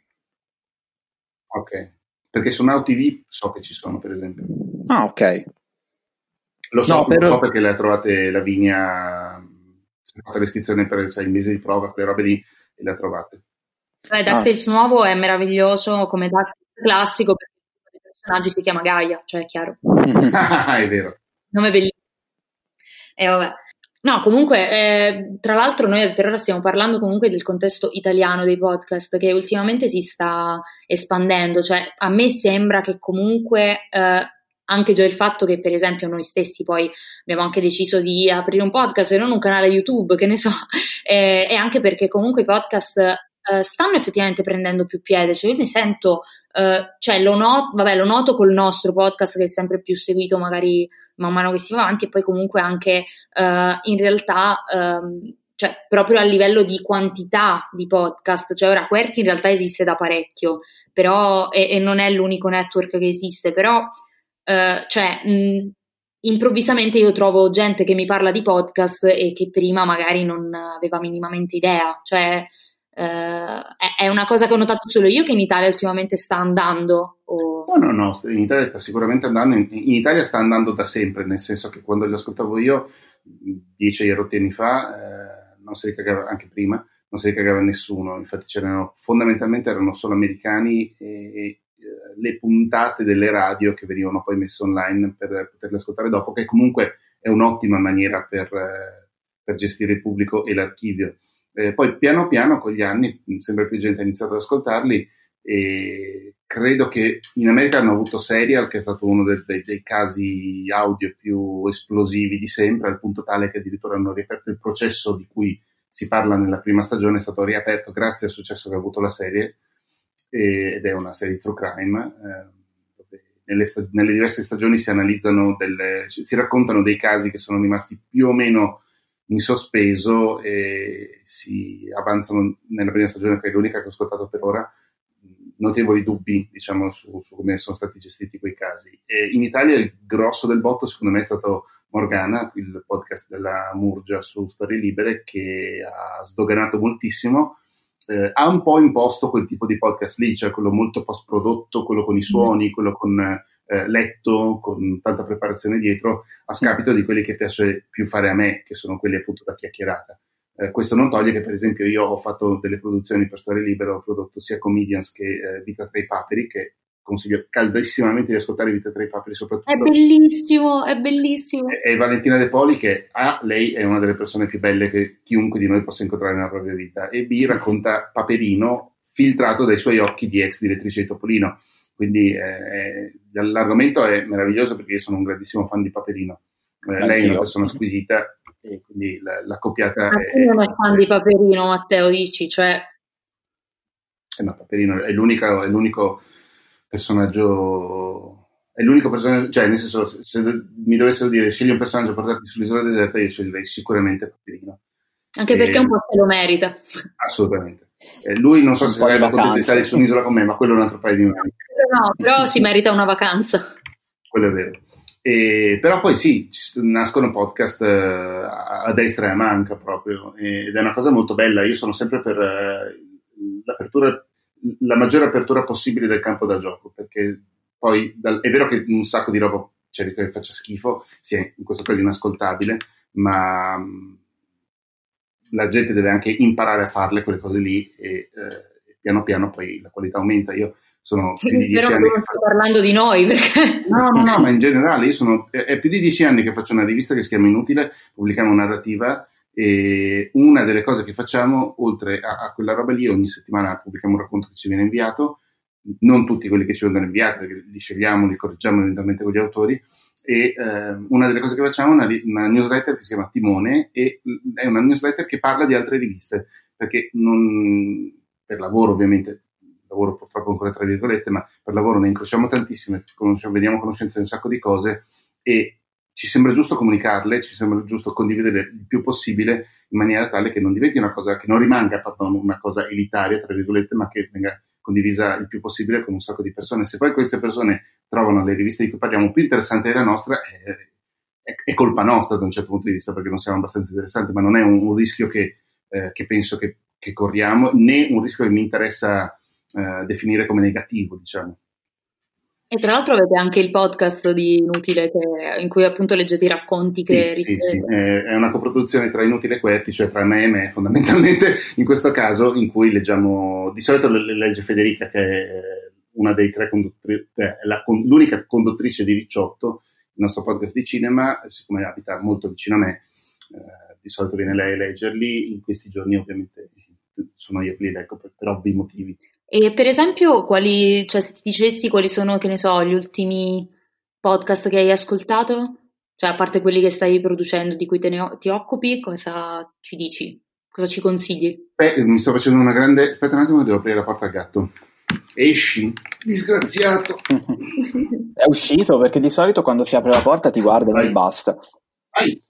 Ok, perché su Now TV so che ci sono, per esempio. Ah, ok. Lo so perché le ha trovate Lavinia, si è fatta l'iscrizione per 6 mesi di prova, quelle robe lì, e le ha trovate. DuckTales nuovo è meraviglioso come DuckTales classico perché il personaggio si chiama Gaia, cioè è chiaro. È vero. Nome bellissimo. E vabbè. No, comunque, tra l'altro noi per ora stiamo parlando comunque del contesto italiano dei podcast che ultimamente si sta espandendo, cioè a me sembra che comunque anche già il fatto che per esempio noi stessi poi abbiamo anche deciso di aprire un podcast e non un canale YouTube, che ne so, e anche perché comunque i podcast stanno effettivamente prendendo più piede, cioè io ne sento, cioè lo noto col nostro podcast che è sempre più seguito magari man mano che si va avanti e poi comunque anche in realtà cioè proprio a livello di quantità di podcast, cioè ora QWERTY in realtà esiste da parecchio, però e non è l'unico network che esiste, però cioè improvvisamente io trovo gente che mi parla di podcast e che prima magari non aveva minimamente idea, cioè è una cosa che ho notato solo io che in Italia ultimamente sta andando No, in Italia sta sicuramente andando, in Italia sta andando da sempre, nel senso che quando li ascoltavo io 10 anni fa non si ricagava, anche prima non si ricagava nessuno, infatti fondamentalmente erano solo americani e le puntate delle radio che venivano poi messe online per poterle ascoltare dopo, che comunque è un'ottima maniera per gestire il pubblico e l'archivio. Poi piano piano con gli anni sempre più gente ha iniziato ad ascoltarli e credo che in America hanno avuto Serial, che è stato uno dei casi audio più esplosivi di sempre, al punto tale che addirittura hanno riaperto il processo di cui si parla nella prima stagione, è stato riaperto grazie al successo che ha avuto la serie, ed è una serie di true crime dove nelle diverse stagioni si analizzano si raccontano dei casi che sono rimasti più o meno in sospeso e si avanzano nella prima stagione, che è l'unica che ho ascoltato per ora, notevoli dubbi, diciamo, su come sono stati gestiti quei casi. E in Italia il grosso del botto secondo me è stato Morgana, il podcast della Murgia su Storie Libere, che ha sdoganato moltissimo, ha un po' imposto quel tipo di podcast lì, cioè quello molto post-prodotto, quello con i suoni, quello con letto, con tanta preparazione dietro, a scapito di quelli che piace più fare a me, che sono quelli appunto da chiacchierata. Questo non toglie che per esempio io ho fatto delle produzioni per Storie Libere, ho prodotto sia Comedians che Vita tra i Paperi, che consiglio caldissimamente di ascoltare Vita tra i Paperi soprattutto. È bellissimo, è bellissimo. E Valentina De Poli, che lei è una delle persone più belle che chiunque di noi possa incontrare nella propria vita, e B racconta Paperino filtrato dai suoi occhi di ex direttrice di Topolino, quindi l'argomento è meraviglioso perché io sono un grandissimo fan di Paperino. Lei è una persona squisita e quindi l'accoppiata è... non è fan di Paperino, Matteo, dici? Cioè... no, Paperino è l'unico personaggio, cioè nel senso, se mi dovessero dire scegli un personaggio a portarti sull'isola deserta, io sceglierei sicuramente Paperino. Anche perché un po' se lo merita. Assolutamente. Lui non so se sarebbe contento di stare su un'isola con me, ma quello è un altro paio di mani. No, però si merita una vacanza. Quello è vero. Però poi sì, nascono podcast a destra e a manca proprio, ed è una cosa molto bella. Io sono sempre per la maggiore apertura possibile del campo da gioco, perché poi è vero che un sacco di roba c'è che faccia schifo, sia in questo caso inascoltabile, ma la gente deve anche imparare a farle quelle cose lì, e piano piano poi la qualità aumenta. Io sono più di 10 anni non sto parlando di noi, perché no, ma in generale è più di 10 anni che faccio una rivista che si chiama Inutile, pubblichiamo narrativa, e una delle cose che facciamo, oltre a quella roba lì, ogni settimana pubblichiamo un racconto che ci viene inviato, non tutti quelli che ci vengono inviati, perché li scegliamo, li correggiamo eventualmente con gli autori, e una delle cose che facciamo è una newsletter che si chiama Timone, e è una newsletter che parla di altre riviste, perché per lavoro ovviamente, lavoro purtroppo ancora tra virgolette, ma per lavoro ne incrociamo tantissime, veniamo a conoscenza di un sacco di cose, e ci sembra giusto comunicarle, ci sembra giusto condividere il più possibile, in maniera tale che non diventi una cosa, che non rimanga, una cosa elitaria, tra virgolette, ma che venga condivisa il più possibile con un sacco di persone. Se poi queste persone trovano le riviste di cui parliamo più interessanti della nostra, è colpa nostra da un certo punto di vista, perché non siamo abbastanza interessanti, ma non è un rischio che penso che corriamo, né un rischio che mi interessa definire come negativo, diciamo. E tra l'altro avete anche il podcast di Inutile, in cui appunto leggete i racconti che sì, è una coproduzione tra Inutile e Quetti, cioè tra me e me fondamentalmente, in questo caso, in cui leggiamo, di solito le legge Federica, che è una dei tre conduttori, l'unica conduttrice di Ricciotto, il nostro podcast di cinema, siccome abita molto vicino a me, di solito viene lei a leggerli. In questi giorni ovviamente sono io che li leggo per ovvi motivi. E per esempio, se ti dicessi quali sono, che ne so, gli ultimi podcast che hai ascoltato, cioè a parte quelli che stai producendo, di cui ti occupi, cosa ci dici? Cosa ci consigli? Mi sto facendo una grande... Aspetta un attimo, devo aprire la porta al gatto. Esci, disgraziato! È uscito, perché di solito quando si apre la porta ti guarda e basta. Vai.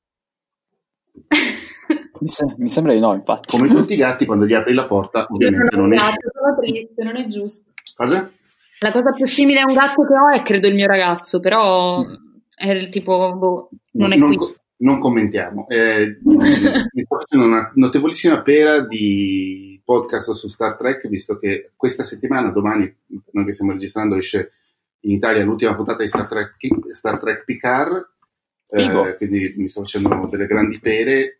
Mi sembra di no, infatti. Come tutti i gatti, quando gli apri la porta, ovviamente non esce. Sono triste, non è giusto. Cosa? La cosa più simile a un gatto che ho è, credo, il mio ragazzo, però è il tipo, non è qui. Non commentiamo. Mi sto facendo una notevolissima pera di podcast su Star Trek, visto che questa settimana, domani, noi che stiamo registrando, esce in Italia l'ultima puntata di Star Trek Picard, quindi mi sto facendo delle grandi pere.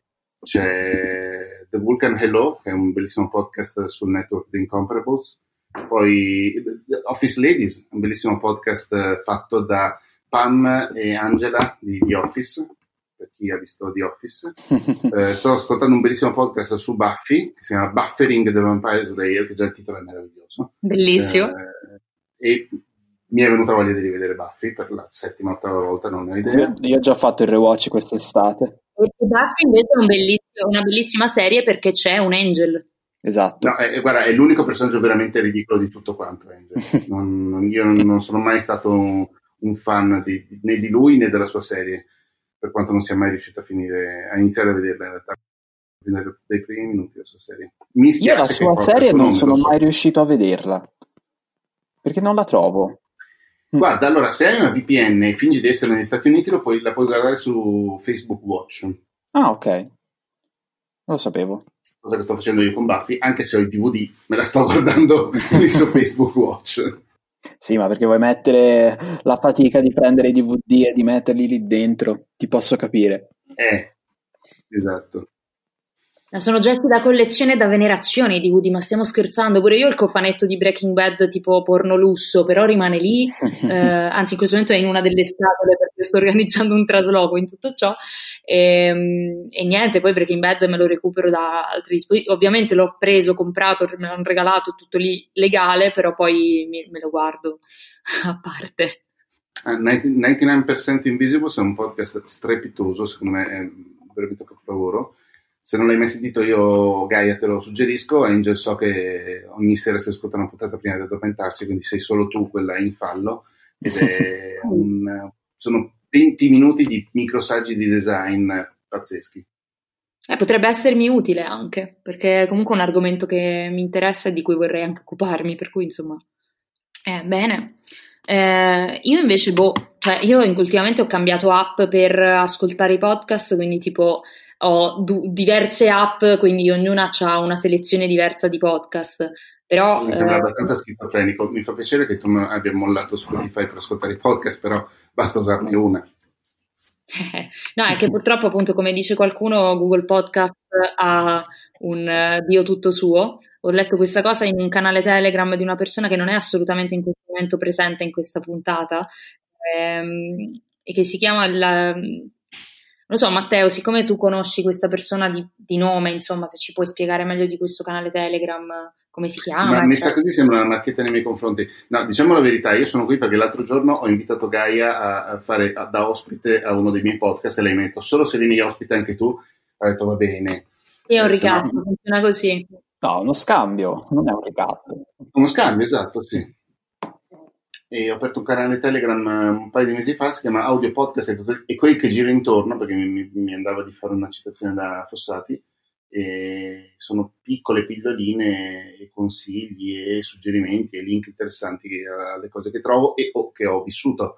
C'è The Vulcan Hello, che è un bellissimo podcast sul network di Incomparables, poi Office Ladies, un bellissimo podcast fatto da Pam e Angela di The Office, per chi ha visto The Office. Sto ascoltando un bellissimo podcast su Buffy, che si chiama Buffering the Vampire Slayer, che già il titolo è meraviglioso. Bellissimo. E mi è venuta voglia di rivedere Buffy per la 7ª, 8ª volta, non ne ho idea. Io ho già fatto il rewatch quest'estate. E Buffy invece è una bellissima serie perché c'è un Angel. Esatto. No, guarda, è l'unico personaggio veramente ridicolo di tutto quanto, Angel. Io non sono mai stato un fan né di lui né della sua serie, per quanto non sia mai riuscito a iniziare a vederla in realtà, dai primi minuti della sua serie. Mi spiace. Io la sua serie non sono mai riuscito a vederla, perché non la trovo. Guarda, allora, se hai una VPN e fingi di essere negli Stati Uniti, la puoi guardare su Facebook Watch. Ah, ok. Lo sapevo. Cosa che sto facendo io con Buffy, anche se ho il DVD, me la sto guardando su Facebook Watch. Sì, ma perché vuoi mettere la fatica di prendere i DVD e di metterli lì dentro? Ti posso capire. Esatto. Sono oggetti da collezione e da venerazione i DVD, ma stiamo scherzando? Pure io ho il cofanetto di Breaking Bad tipo porno lusso, però rimane lì, anzi in questo momento è in una delle scatole perché sto organizzando un trasloco in tutto ciò, e niente, poi Breaking Bad me lo recupero da altri dispositivi, ovviamente l'ho preso, comprato, me l'hanno regalato, tutto lì legale, però poi me lo guardo a parte. 99% Invisible è un podcast strepitoso, secondo me è veramente un capolavoro. Se non l'hai mai sentito, io, Gaia, te lo suggerisco. Angel, so che ogni sera si ascolta una puntata prima di addormentarsi, quindi sei solo tu quella in fallo, ed è sono 20 minuti di microsaggi di design pazzeschi. Potrebbe essermi utile anche, perché è comunque un argomento che mi interessa e di cui vorrei anche occuparmi, per cui insomma, bene. Io invece, cioè io ultimamente ho cambiato app per ascoltare i podcast, quindi tipo ho diverse app, quindi ognuna ha una selezione diversa di podcast. Però, mi sembra abbastanza schizofrenico. Mi fa piacere che tu non abbia mollato Spotify per ascoltare i podcast, però basta usarne una. No, è che purtroppo, appunto, come dice qualcuno, Google Podcast ha un Dio tutto suo. Ho letto questa cosa in un canale Telegram di una persona che non è assolutamente in questo momento presente in questa puntata, e che si chiama non so, Matteo, siccome tu conosci questa persona di nome, insomma, se ci puoi spiegare meglio di questo canale Telegram, come si chiama? Sì, ma messa così sembra una marchetta nei miei confronti. No, diciamo la verità, io sono qui perché l'altro giorno ho invitato Gaia a fare da ospite a uno dei miei podcast e lei mi ha detto solo se vieni ospite anche tu. Ho detto va bene. Sì, è un ricatto, funziona così. No, uno scambio, non è un ricatto. Uno scambio, esatto, sì. E ho aperto un canale Telegram un paio di mesi fa, si chiama Audio Podcast e quel che gira intorno, perché mi andava di fare una citazione da Fossati, e sono piccole pilloline e consigli e suggerimenti e link interessanti alle cose che trovo o che ho vissuto.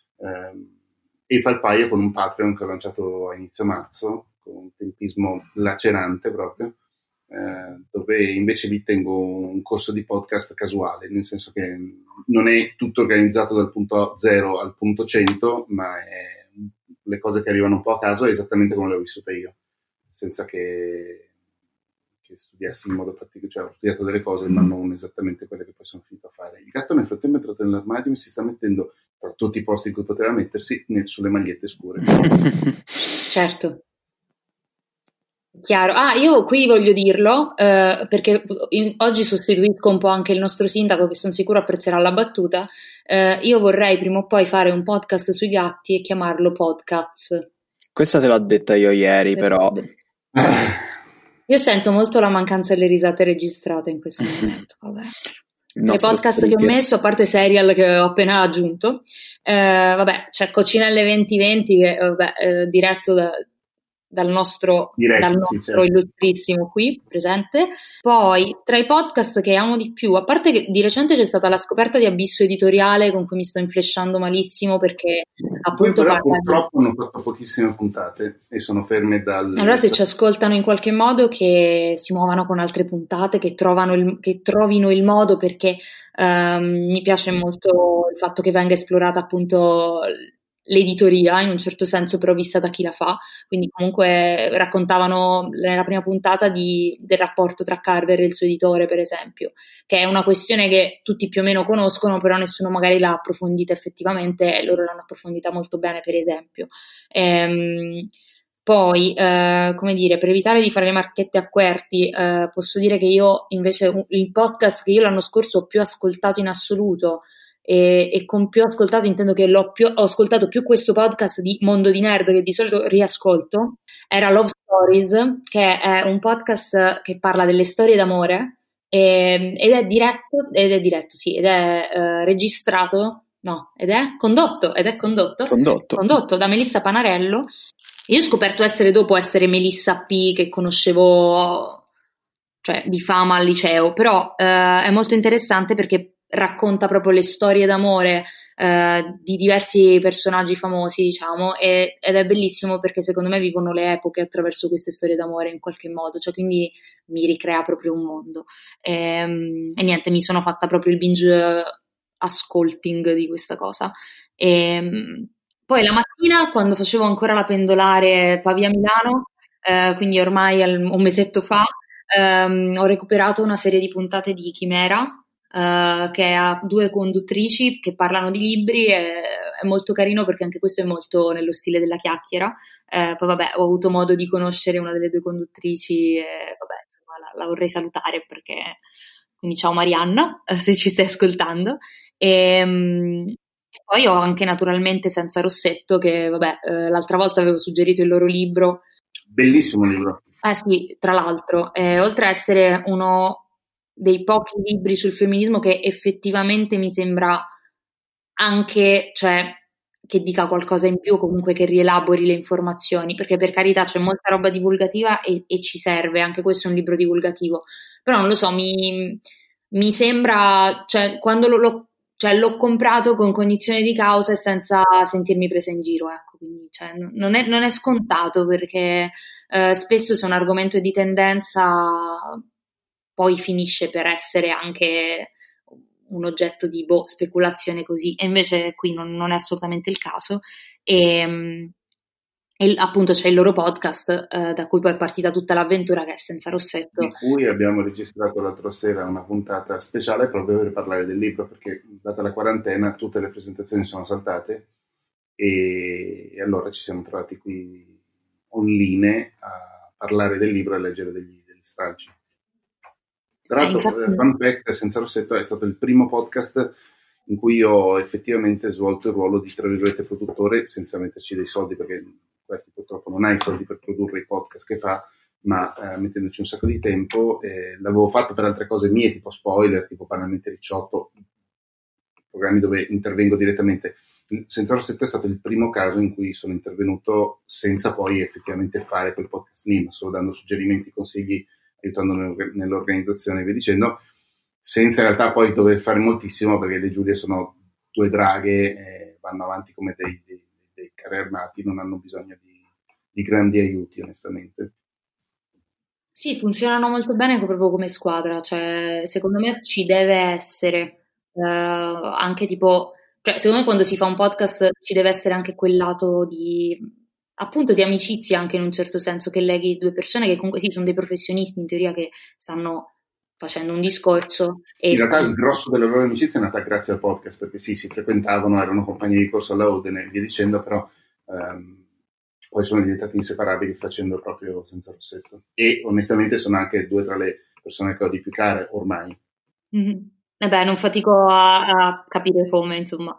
E fa il paio con un Patreon che ho lanciato a inizio marzo, con un tempismo lacerante proprio, dove invece vi tengo un corso di podcast casuale, nel senso che non è tutto organizzato dal punto 0 al punto 100, ma le cose che arrivano un po' a caso è esattamente come le ho vissute io, senza che studiassi in modo particolare, cioè ho studiato delle cose ma non esattamente quelle che poi sono finito a fare. Il gatto nel frattempo è entrato nell'armadio e mi si sta mettendo tra tutti i posti in cui poteva mettersi sulle magliette scure. Certo. Chiaro. Io qui voglio dirlo, perché oggi sostituisco un po' anche il nostro sindaco, che sono sicuro apprezzerà la battuta. Io vorrei prima o poi fare un podcast sui gatti e chiamarlo Podcats. Questa te l'ho detta io ieri, però. Io sento molto la mancanza delle risate registrate in questo momento. Vabbè. I podcast che ho messo, a parte Serial che ho appena aggiunto, vabbè, c'è Coccinelle 2020 che diretto dal nostro certo, illustrissimo qui presente. Poi tra i podcast che amo di più, a parte che di recente c'è stata la scoperta di Abisso Editoriale con cui mi sto inflesciando malissimo, perché appunto purtroppo hanno fatto pochissime puntate e sono ferme allora se ci ascoltano in qualche modo che si muovano con altre puntate, che trovino il modo, perché mi piace molto il fatto che venga esplorata appunto l'editoria, in un certo senso, però vista da chi la fa. Quindi comunque raccontavano nella prima puntata del rapporto tra Carver e il suo editore, per esempio, che è una questione che tutti più o meno conoscono, però nessuno magari l'ha approfondita effettivamente, e loro l'hanno approfondita molto bene, per esempio. Poi, come dire, per evitare di fare le marchette a QWERTY, posso dire che io invece il podcast che io l'anno scorso ho più ascoltato in assoluto, e con più ascoltato intendo che ho ascoltato più questo podcast di Mondo di Nerd, che di solito riascolto, era Love Stories, che è un podcast che parla delle storie d'amore, ed è condotto da Melissa Panarello. Io ho scoperto dopo essere Melissa P, che conoscevo, cioè, di fama al liceo, però è molto interessante perché racconta proprio le storie d'amore di diversi personaggi famosi, diciamo, ed è bellissimo perché secondo me vivono le epoche attraverso queste storie d'amore in qualche modo, cioè quindi mi ricrea proprio un mondo. E niente, mi sono fatta proprio il binge ascolting di questa cosa. Poi la mattina, quando facevo ancora la pendolare Pavia-Milano, quindi ormai un mesetto fa, ho recuperato una serie di puntate di Chimera, che ha 2 conduttrici che parlano di libri, è molto carino perché anche questo è molto nello stile della chiacchiera. Poi vabbè, ho avuto modo di conoscere una delle 2 conduttrici e vabbè, insomma, la vorrei salutare, perché quindi ciao Marianna, se ci stai ascoltando. E poi ho anche naturalmente Senza Rossetto, che vabbè, l'altra volta avevo suggerito il loro libro. Bellissimo libro. Sì, tra l'altro, oltre a essere uno dei pochi libri sul femminismo che effettivamente mi sembra anche, cioè, che dica qualcosa in più, comunque che rielabori le informazioni, perché per carità c'è molta roba divulgativa e ci serve, anche questo è un libro divulgativo, però non lo so, mi sembra, cioè quando l'ho comprato con cognizione di causa e senza sentirmi presa in giro, ecco, quindi cioè, non è scontato, perché spesso se un argomento è di tendenza poi finisce per essere anche un oggetto di speculazione così, e invece qui non è assolutamente il caso. E appunto c'è il loro podcast da cui poi è partita tutta l'avventura, che è Senza Rossetto, di cui abbiamo registrato l'altra sera una puntata speciale proprio per parlare del libro, perché data la quarantena tutte le presentazioni sono saltate e allora ci siamo trovati qui online a parlare del libro e a leggere degli stralci. Tra l'altro, fun fact, Senza Rossetto è stato il primo podcast in cui io ho effettivamente svolto il ruolo di, tra virgolette, produttore, senza metterci dei soldi, perché purtroppo non ha i soldi per produrre i podcast che fa, ma mettendoci un sacco di tempo. L'avevo fatto per altre cose mie, tipo spoiler, tipo banalmente Ricciotto, programmi dove intervengo direttamente. Senza Rossetto è stato il primo caso in cui sono intervenuto senza poi effettivamente fare quel podcast lì, ma solo dando suggerimenti, consigli, aiutando nell'organizzazione e via dicendo, senza in realtà poi dover fare moltissimo, perché le Giulie sono due draghe, vanno avanti come dei carri armati, non hanno bisogno di grandi aiuti, onestamente. Sì, funzionano molto bene proprio come squadra, cioè secondo me ci deve essere anche tipo, cioè secondo me quando si fa un podcast ci deve essere anche quel lato di, appunto, di amicizia, anche in un certo senso, che leghi due persone che comunque sì, sono dei professionisti in teoria, che stanno facendo un discorso. In realtà il grosso della loro amicizia è nata grazie al podcast, perché sì, si frequentavano, erano compagni di corso alla Oden e via dicendo, però poi sono diventati inseparabili facendo proprio Senza Rossetto. E onestamente sono anche due tra le persone che ho di più care ormai. Mm-hmm. Vabbè, non fatico a capire come, insomma.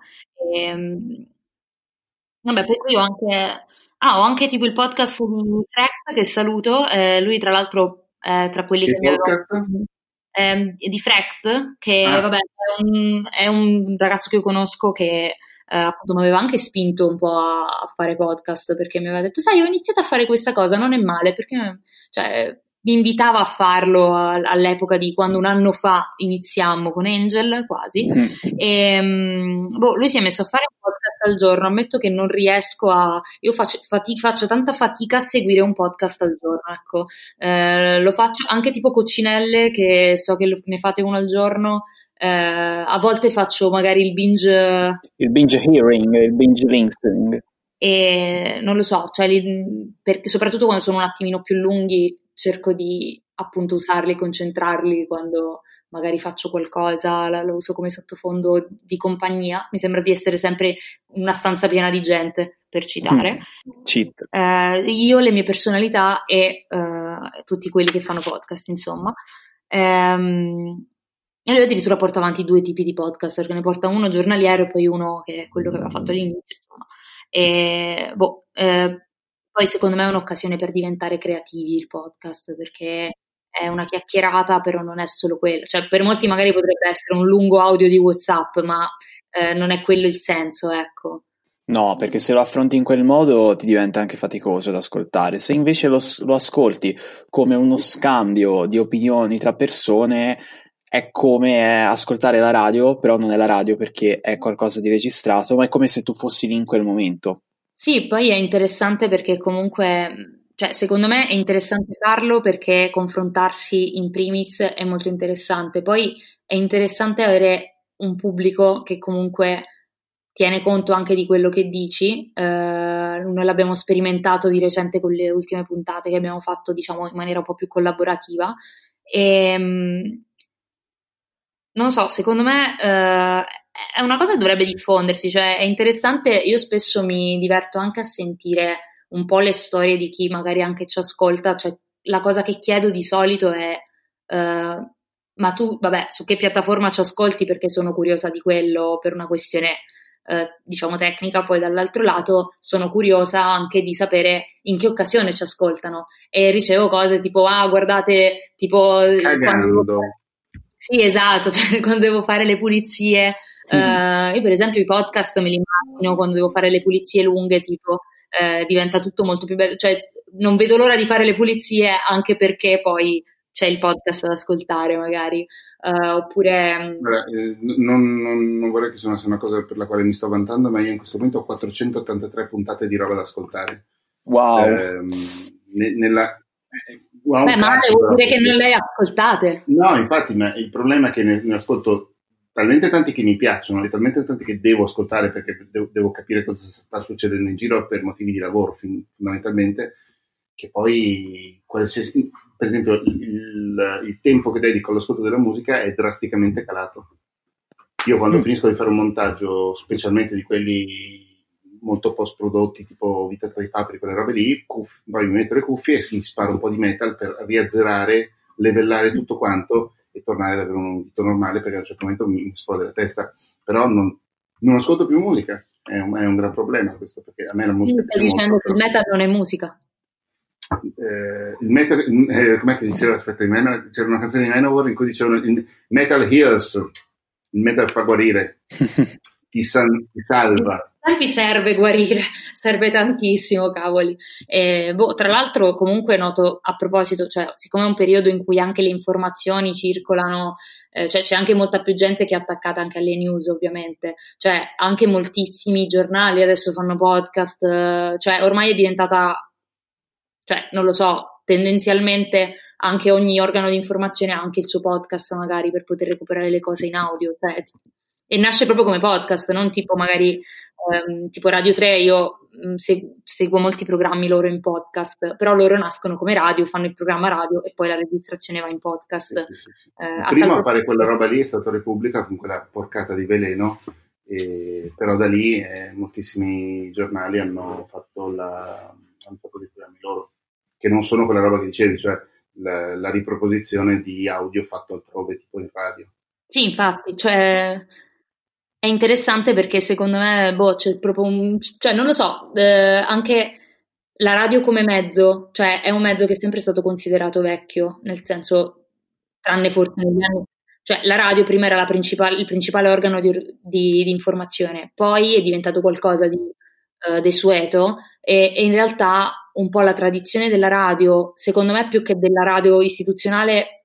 Vabbè, poi qui ho anche tipo il podcast di Frecht, che saluto, lui tra l'altro tra quelli che mi avevano... di Frecht, che vabbè, è un ragazzo che io conosco che appunto mi aveva anche spinto un po' a fare podcast, perché mi aveva detto, sai, ho iniziato a fare questa cosa, non è male, perché cioè, mi invitava a farlo all'epoca di quando un anno fa iniziammo con Angel, quasi, e lui si è messo a fare un podcast al giorno. Ammetto che non riesco io faccio tanta fatica a seguire un podcast al giorno, ecco. Lo faccio anche tipo Coccinelle, che so che ne fate uno al giorno. A volte faccio magari il binge hearing, il binge listening, e non lo so, cioè perché soprattutto quando sono un attimino più lunghi cerco di appunto usarli, concentrarli quando magari faccio qualcosa, lo uso come sottofondo di compagnia. Mi sembra di essere sempre una stanza piena di gente, per citare. Cheat. Io, le mie personalità e tutti quelli che fanno podcast, insomma. E lui addirittura porta avanti due tipi di podcast, perché ne porta uno giornaliero e poi uno che è quello che aveva fatto all'inizio, insomma. Poi secondo me è un'occasione per diventare creativi il podcast, perché è una chiacchierata, però non è solo quello, cioè per molti magari potrebbe essere un lungo audio di WhatsApp, ma non è quello il senso, ecco. No, perché se lo affronti in quel modo ti diventa anche faticoso da ascoltare. Se invece lo ascolti come uno scambio di opinioni tra persone, è come ascoltare la radio, però non è la radio perché è qualcosa di registrato, ma è come se tu fossi lì in quel momento. Sì, poi è interessante perché comunque, cioè, secondo me è interessante farlo perché confrontarsi in primis è molto interessante. Poi è interessante avere un pubblico che comunque tiene conto anche di quello che dici. Noi l'abbiamo sperimentato di recente con le ultime puntate che abbiamo fatto, diciamo, in maniera un po' più collaborativa. E non so, secondo me è una cosa che dovrebbe diffondersi, cioè è interessante. Io spesso mi diverto anche a sentire un po' le storie di chi magari anche ci ascolta, cioè la cosa che chiedo di solito è ma tu, vabbè, su che piattaforma ci ascolti, perché sono curiosa di quello per una questione diciamo tecnica, poi dall'altro lato sono curiosa anche di sapere in che occasione ci ascoltano, e ricevo cose tipo guardate, tipo cagando. Sì, esatto, cioè, quando devo fare le pulizie Io per esempio i podcast me li immagino quando devo fare le pulizie lunghe, tipo diventa tutto molto più bello, cioè non vedo l'ora di fare le pulizie, anche perché poi c'è il podcast da ascoltare magari, oppure... Guarda, non vorrei che suonasse una cosa per la quale mi sto vantando, ma io in questo momento ho 483 puntate di roba da ascoltare. Wow. Wow, Beh, ma vuol dire che non le hai ascoltate. No, infatti, ma il problema è che ne ascolto talmente tanti che mi piacciono e talmente tanti che devo ascoltare perché devo capire cosa sta succedendo in giro per motivi di lavoro, fondamentalmente, che poi qualsiasi... Per esempio, il tempo che dedico all'ascolto della musica è drasticamente calato. Io quando finisco di fare un montaggio, specialmente di quelli molto post-prodotti, tipo Vita tra i paperi, quelle robe lì, poi mi metto le cuffie e mi sparo un po' di metal per riazzerare, livellare tutto quanto e tornare ad avere un udito normale, perché a un certo momento mi esplode la testa. Però non ascolto più musica, è un gran problema questo, perché a me la musica piace molto. Stai dicendo che il metal non è musica? Il metal, com'è che diceva? Aspetta, c'era una canzone di Manowar in cui dicevano il metal heals, il metal fa guarire, ti salva. Mi serve guarire, serve tantissimo, cavoli. Tra l'altro, comunque noto a proposito, cioè, siccome è un periodo in cui anche le informazioni circolano, cioè c'è anche molta più gente che è attaccata anche alle news, ovviamente, cioè anche moltissimi giornali adesso fanno podcast, cioè ormai è diventata, cioè non lo so, tendenzialmente anche ogni organo di informazione ha anche il suo podcast magari per poter recuperare le cose in audio, cioè, e nasce proprio come podcast, non tipo magari tipo Radio 3. Io seguo molti programmi loro in podcast, però loro nascono come radio, fanno il programma radio e poi la registrazione va in podcast. Sì. Il primo a fare quella roba lì è stato Repubblica con quella porcata di veleno, però da lì moltissimi giornali hanno fatto dei programmi loro, che non sono quella roba che dicevi, cioè la riproposizione di audio fatto altrove, tipo in radio. Sì, infatti, cioè è interessante perché secondo me c'è proprio cioè non lo so, anche la radio come mezzo, cioè è un mezzo che è sempre stato considerato vecchio, nel senso, tranne forse negli anni, cioè la radio prima era il principale organo di informazione, poi è diventato qualcosa di desueto e in realtà un po' la tradizione della radio, secondo me più che della radio istituzionale,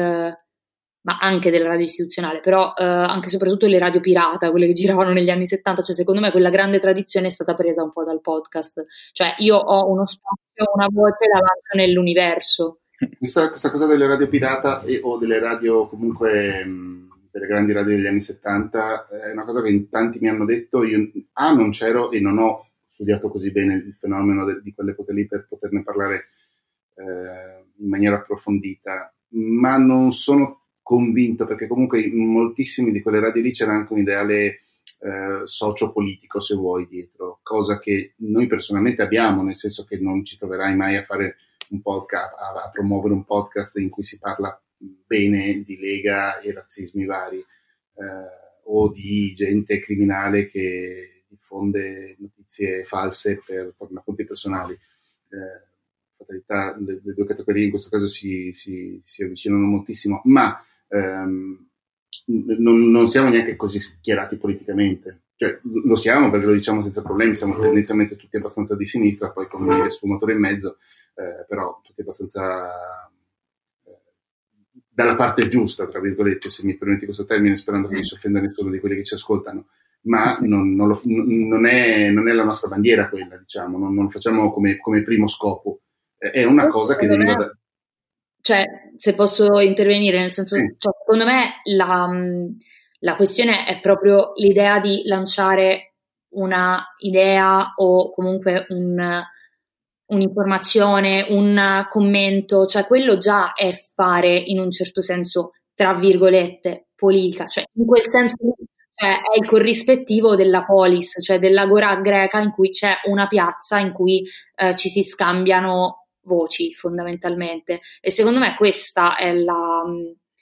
ma anche della radio istituzionale, però anche e soprattutto le radio pirata, quelle che giravano negli anni 70, cioè secondo me quella grande tradizione è stata presa un po' dal podcast, cioè io ho uno spazio, una voce, la lancio nell'universo. Questa cosa delle radio pirata o delle radio comunque delle grandi radio degli anni 70 è una cosa che in tanti mi hanno detto. Io non c'ero e non ho studiato così bene il fenomeno di quell'epoca lì per poterne parlare in maniera approfondita, ma non sono convinto, perché comunque in moltissimi di quelle radio lì c'era anche un ideale sociopolitico, se vuoi, dietro, cosa che noi personalmente abbiamo, nel senso che non ci troverai mai a fare un podcast, a promuovere un podcast in cui si parla bene di Lega e razzismi vari, o di gente criminale che diffonde notizie false per racconti personali. Fatalità, le due categorie in questo caso si avvicinano moltissimo, ma non siamo neanche così schierati politicamente, cioè lo siamo perché lo diciamo senza problemi, siamo tendenzialmente tutti abbastanza di sinistra, poi con il sfumatore in mezzo, però tutti abbastanza dalla parte giusta, tra virgolette, se mi permetti questo termine, sperando che non si offenda nessuno di quelli che ci ascoltano, ma non è la nostra bandiera quella, diciamo, non lo facciamo come primo scopo, è una cosa che deriva da... Cioè, se posso intervenire, nel senso, cioè, secondo me la questione è proprio l'idea di lanciare una idea o comunque un'informazione, un commento, cioè quello già è fare in un certo senso, tra virgolette, politica, cioè in quel senso cioè, è il corrispettivo della polis, cioè dell'agora greca in cui c'è una piazza in cui ci si scambiano voci fondamentalmente, e secondo me questa è la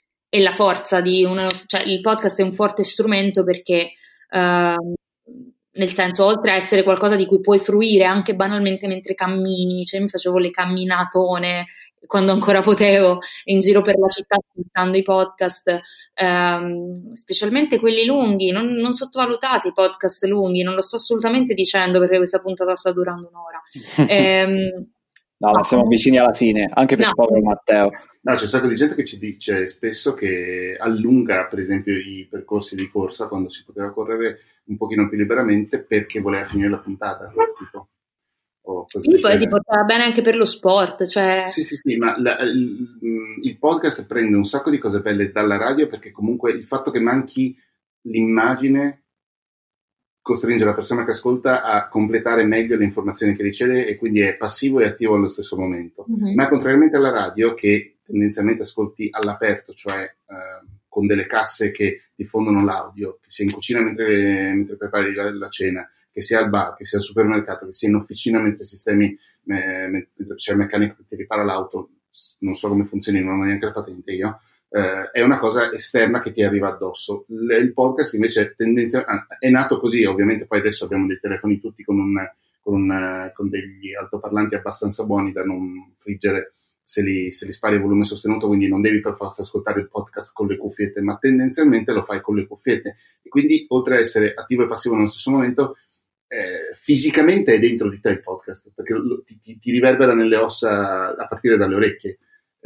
forza di cioè il podcast è un forte strumento perché nel senso, oltre a essere qualcosa di cui puoi fruire anche banalmente mentre cammini, cioè mi facevo le camminatone quando ancora potevo in giro per la città ascoltando i podcast, specialmente quelli lunghi, non sottovalutate i podcast lunghi, non lo sto assolutamente dicendo perché questa puntata sta durando un'ora. No, siamo vicini alla fine, anche per il povero Matteo. No, c'è un sacco di gente che ci dice spesso che allunga, per esempio, i percorsi di corsa quando si poteva correre un pochino più liberamente perché voleva finire la puntata, tipo. Sì, poi ti portava bene anche per lo sport, cioè... Sì, ma il podcast prende un sacco di cose belle dalla radio, perché comunque il fatto che manchi l'immagine costringe la persona che ascolta a completare meglio le informazioni che riceve e quindi è passivo e attivo allo stesso momento. Ma contrariamente alla radio, che tendenzialmente ascolti all'aperto, cioè con delle casse che diffondono l'audio, che sia in cucina mentre prepari la cena, che sia al bar, che sia al supermercato, che sia in officina mentre sistemi, mentre c'è il meccanico che ti ripara l'auto, non so come funzioni, non ho neanche la patente io, è una cosa esterna che ti arriva addosso. Il podcast invece è nato così, ovviamente poi adesso abbiamo dei telefoni tutti con degli altoparlanti abbastanza buoni da non friggere se li spari a volume sostenuto, quindi non devi per forza ascoltare il podcast con le cuffiette, ma tendenzialmente lo fai con le cuffiette, e quindi oltre a essere attivo e passivo nello stesso momento, fisicamente è dentro di te il podcast, perché ti riverbera nelle ossa a partire dalle orecchie,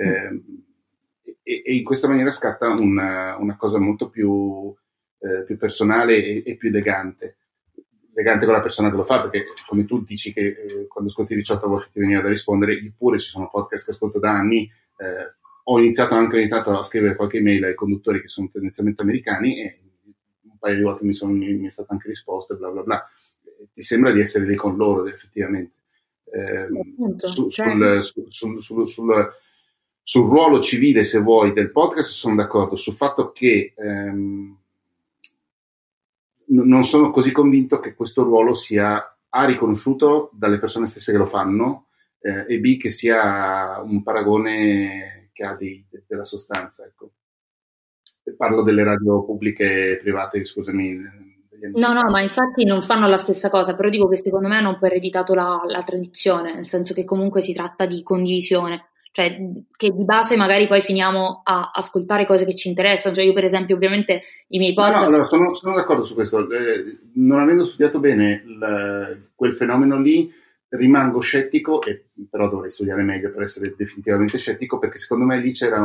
e in questa maniera scatta una cosa molto più personale e più elegante con la persona che lo fa, perché come tu dici che quando ascolti 18 a volte ti veniva da rispondere, io pure ci sono podcast che ascolto da anni, ho iniziato anche ogni tanto a scrivere qualche email ai conduttori che sono tendenzialmente americani e un paio di volte mi è stato anche risposto e bla bla bla. Ti sembra di essere lì con loro effettivamente. Sul ruolo civile, se vuoi, del podcast sono d'accordo, sul fatto che non sono così convinto che questo ruolo sia A, riconosciuto dalle persone stesse che lo fanno, e B, che sia un paragone che ha della sostanza, ecco. Parlo delle radio pubbliche e private, scusami. No, ma infatti non fanno la stessa cosa, però dico che secondo me hanno un po' ereditato la tradizione, nel senso che comunque si tratta di condivisione, cioè che di base magari poi finiamo a ascoltare cose che ci interessano, cioè io per esempio ovviamente i miei podcast... No, sono d'accordo su questo, non avendo studiato bene quel fenomeno lì rimango scettico, e però dovrei studiare meglio per essere definitivamente scettico, perché secondo me lì c'era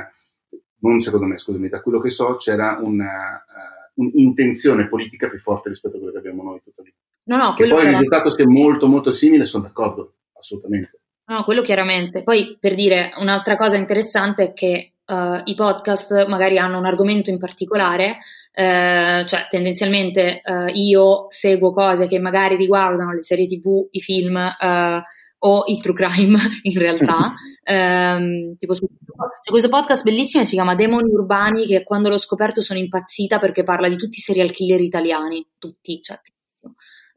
da quello che so c'era un'intenzione politica più forte rispetto a quello che abbiamo noi tutto lì. Che poi il risultato sia molto molto simile, sono d'accordo, assolutamente. No, quello chiaramente. Poi per dire un'altra cosa interessante è che i podcast magari hanno un argomento in particolare, cioè tendenzialmente io seguo cose che magari riguardano le serie TV, i film o il true crime in realtà. Tipo c'è questo podcast bellissimo che si chiama Demoni Urbani, che quando l'ho scoperto sono impazzita perché parla di tutti i serial killer italiani, tutti, cioè bellissimo.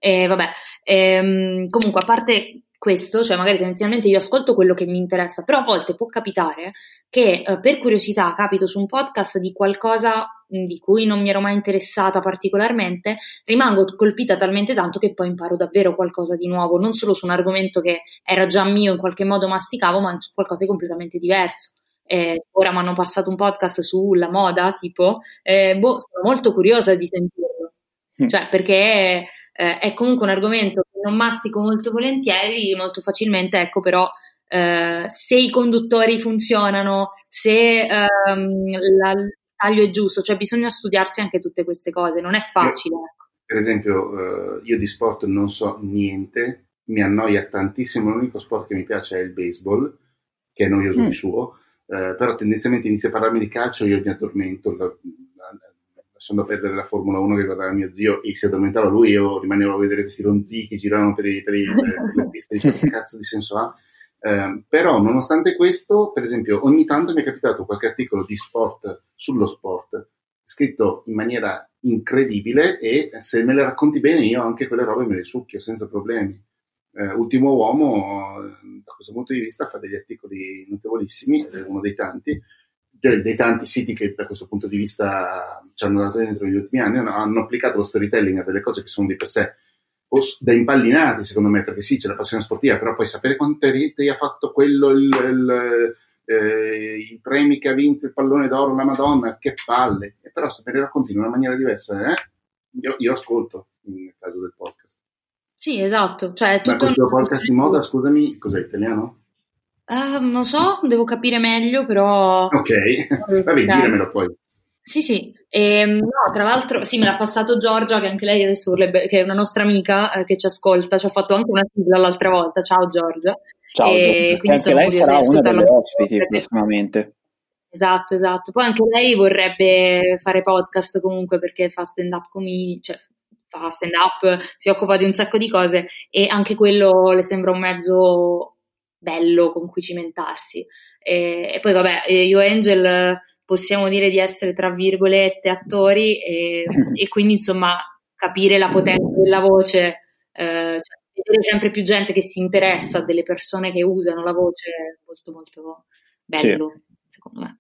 Comunque, a parte questo, cioè magari tendenzialmente io ascolto quello che mi interessa, però a volte può capitare che per curiosità capito su un podcast di qualcosa di cui non mi ero mai interessata particolarmente, rimango colpita talmente tanto che poi imparo davvero qualcosa di nuovo, non solo su un argomento che era già mio, in qualche modo masticavo, ma su qualcosa di completamente diverso. Ora mi hanno passato un podcast sulla moda, tipo, sono molto curiosa di sentirlo, cioè perché è comunque un argomento che non mastico molto volentieri, molto facilmente, ecco, però se i conduttori funzionano, se il taglio è giusto, cioè bisogna studiarsi anche tutte queste cose, non è facile. Per esempio, io di sport non so niente, mi annoia tantissimo, l'unico sport che mi piace è il baseball, che è noioso di suo, però tendenzialmente inizia a parlarmi di calcio, io mi addormento, lasciando perdere la Formula 1 che guardava mio zio e si addormentava lui, io rimanevo a vedere questi ronzi che giravano per le piste, dicevo che cazzo di senso ha. Però nonostante questo, per esempio, ogni tanto mi è capitato qualche articolo di sport sullo sport scritto in maniera incredibile, e se me le racconti bene io anche quelle robe me le succhio senza problemi. Ultimo Uomo da questo punto di vista fa degli articoli notevolissimi ed è uno dei tanti. dei tanti siti che da questo punto di vista ci hanno dato dentro negli ultimi anni, hanno applicato lo storytelling a delle cose che sono di per sé da impallinati, secondo me, perché sì, c'è la passione sportiva, però poi sapere quante reti ha fatto quello, i premi che ha vinto, il pallone d'oro, la Madonna, che palle. E però se me ne racconti in una maniera diversa, io ascolto nel caso del podcast. Sì, esatto. Cioè, Ma questo podcast di moda, scusami, cos'è, italiano? Non so, devo capire meglio, però... Ok, vabbè, giramelo poi. Sì. No, tra l'altro, sì, me l'ha passato Giorgia, che anche lei adesso che è una nostra amica che ci ascolta, ci ha fatto anche una sigla l'altra volta. Ciao Giorgia. Ciao Giorgia, quindi anche lei sarà una delle ospiti prossimamente. Esatto. Poi anche lei vorrebbe fare podcast comunque, perché fa stand-up comedy, cioè fa stand-up, si occupa di un sacco di cose, e anche quello le sembra un mezzo bello con cui cimentarsi. E poi vabbè, io e Angel possiamo dire di essere tra virgolette attori, e quindi insomma capire la potenza della voce, cioè, vedere sempre più gente che si interessa delle persone che usano la voce è molto molto bello, sì, secondo me.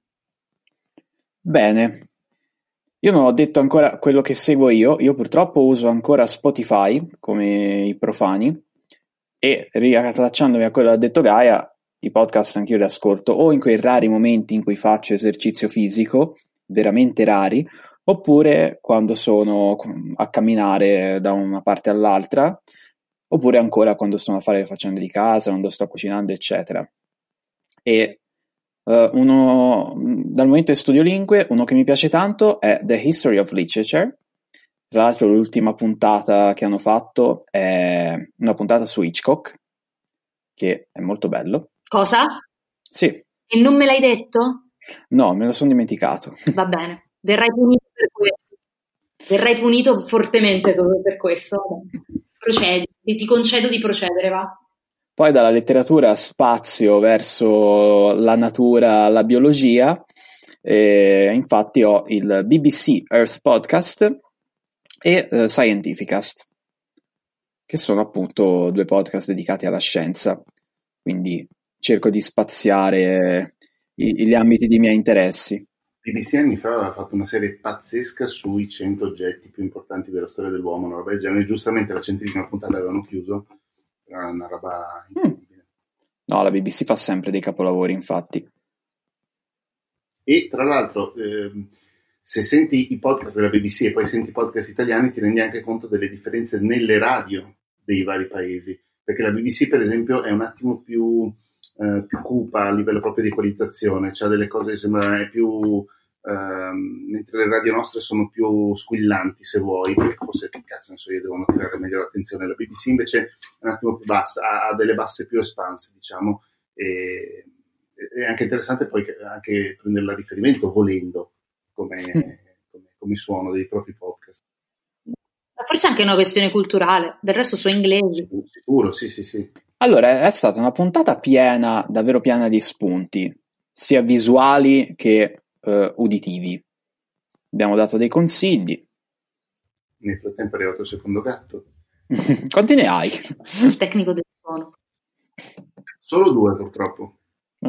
Bene, io non ho detto ancora quello che seguo io purtroppo uso ancora Spotify come i profani, e riallacciandomi a quello che ha detto Gaia, i podcast anch'io li ascolto o in quei rari momenti in cui faccio esercizio fisico, veramente rari, oppure quando sono a camminare da una parte all'altra, oppure ancora quando sono a fare le faccende di casa, quando sto cucinando, eccetera. E dal momento che studio lingue, uno che mi piace tanto è The History of Literature. Tra l'altro l'ultima puntata che hanno fatto è una puntata su Hitchcock, che è molto bello. Cosa? Sì. E non me l'hai detto? No, me lo sono dimenticato. Va bene, verrai punito per questo. Verrai punito fortemente per questo. Procedi, ti concedo di procedere, va. Poi dalla letteratura spazio verso la natura, la biologia, infatti ho il BBC Earth Podcast e Scientificast, che sono appunto 2 podcast dedicati alla scienza, quindi cerco di spaziare gli ambiti di miei interessi. BBC anni fa aveva fatto una serie pazzesca sui 100 oggetti più importanti della storia dell'uomo, una roba del genere. Giustamente la 100ª puntata avevano chiuso, era una roba incredibile. No, la BBC fa sempre dei capolavori, infatti. E tra l'altro, se senti i podcast della BBC e poi senti i podcast italiani, ti rendi anche conto delle differenze nelle radio dei vari paesi, perché la BBC per esempio è un attimo più cupa a livello proprio di equalizzazione, c'ha delle cose che sembra più mentre le radio nostre sono più squillanti, se vuoi, perché forse che cazzo ne so io, devono tirare meglio l'attenzione. La BBC invece è un attimo più bassa, ha delle basse più espanse, diciamo, e è anche interessante poi anche prenderla a riferimento volendo come suono dei propri podcast. Forse anche una questione culturale, del resto sono inglesi. Sicuro, sì. Allora, è stata una puntata piena, davvero piena di spunti, sia visuali che uditivi. Abbiamo dato dei consigli. Nel frattempo è arrivato il secondo gatto. Quanti ne hai? Il tecnico del suono. Solo 2 purtroppo.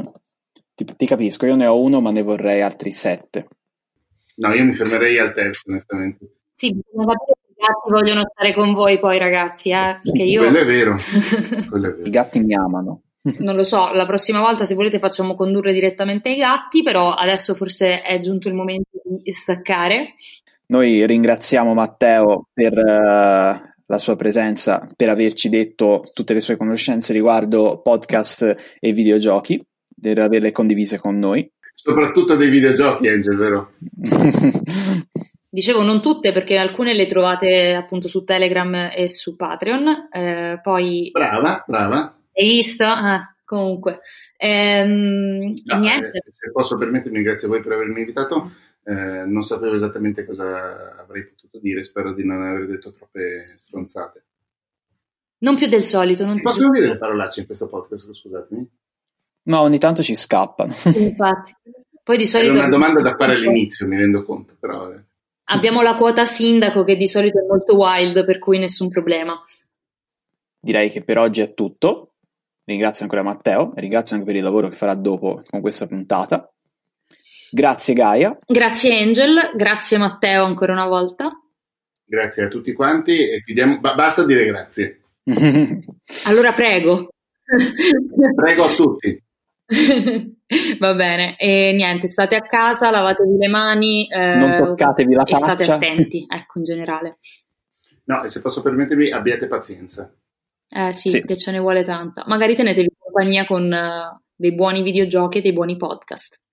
Ti capisco, io ne ho 1 ma ne vorrei altri 7. No, io mi fermerei al terzo, onestamente. Sì, bisogna capire che i gatti vogliono stare con voi poi, ragazzi, perché io... Quello è vero. I gatti mi amano. Non lo so, la prossima volta se volete facciamo condurre direttamente i gatti, però adesso forse è giunto il momento di staccare. Noi ringraziamo Matteo per la sua presenza, per averci detto tutte le sue conoscenze riguardo podcast e videogiochi, per averle condivise con noi. Soprattutto dei videogiochi, Angel, vero? Dicevo non tutte, perché alcune le trovate appunto su Telegram e su Patreon. Poi... Brava. Hai visto? Comunque. Niente. Se posso permettermi, grazie a voi per avermi invitato. Non sapevo esattamente cosa avrei potuto dire, spero di non aver detto troppe stronzate. Non più del solito. Non posso dire le parolacce in questo podcast, scusatemi? No, ogni tanto ci scappano. Infatti. Poi di solito... È una domanda da fare all'inizio, mi rendo conto, però... Abbiamo la quota sindaco che di solito è molto wild, per cui nessun problema. Direi che per oggi è tutto. Ringrazio ancora Matteo e ringrazio anche per il lavoro che farà dopo con questa puntata. Grazie Gaia. Grazie Angel, grazie Matteo ancora una volta. Grazie a tutti quanti e chiudiamo. Basta dire grazie. Allora prego. Prego a tutti. Va bene, e niente, state a casa, lavatevi le mani, non toccatevi la faccia e state attenti, ecco, in generale. No, e se posso permettervi, abbiate pazienza. Sì, che ce ne vuole tanta. Magari tenetevi compagnia con dei buoni videogiochi e dei buoni podcast.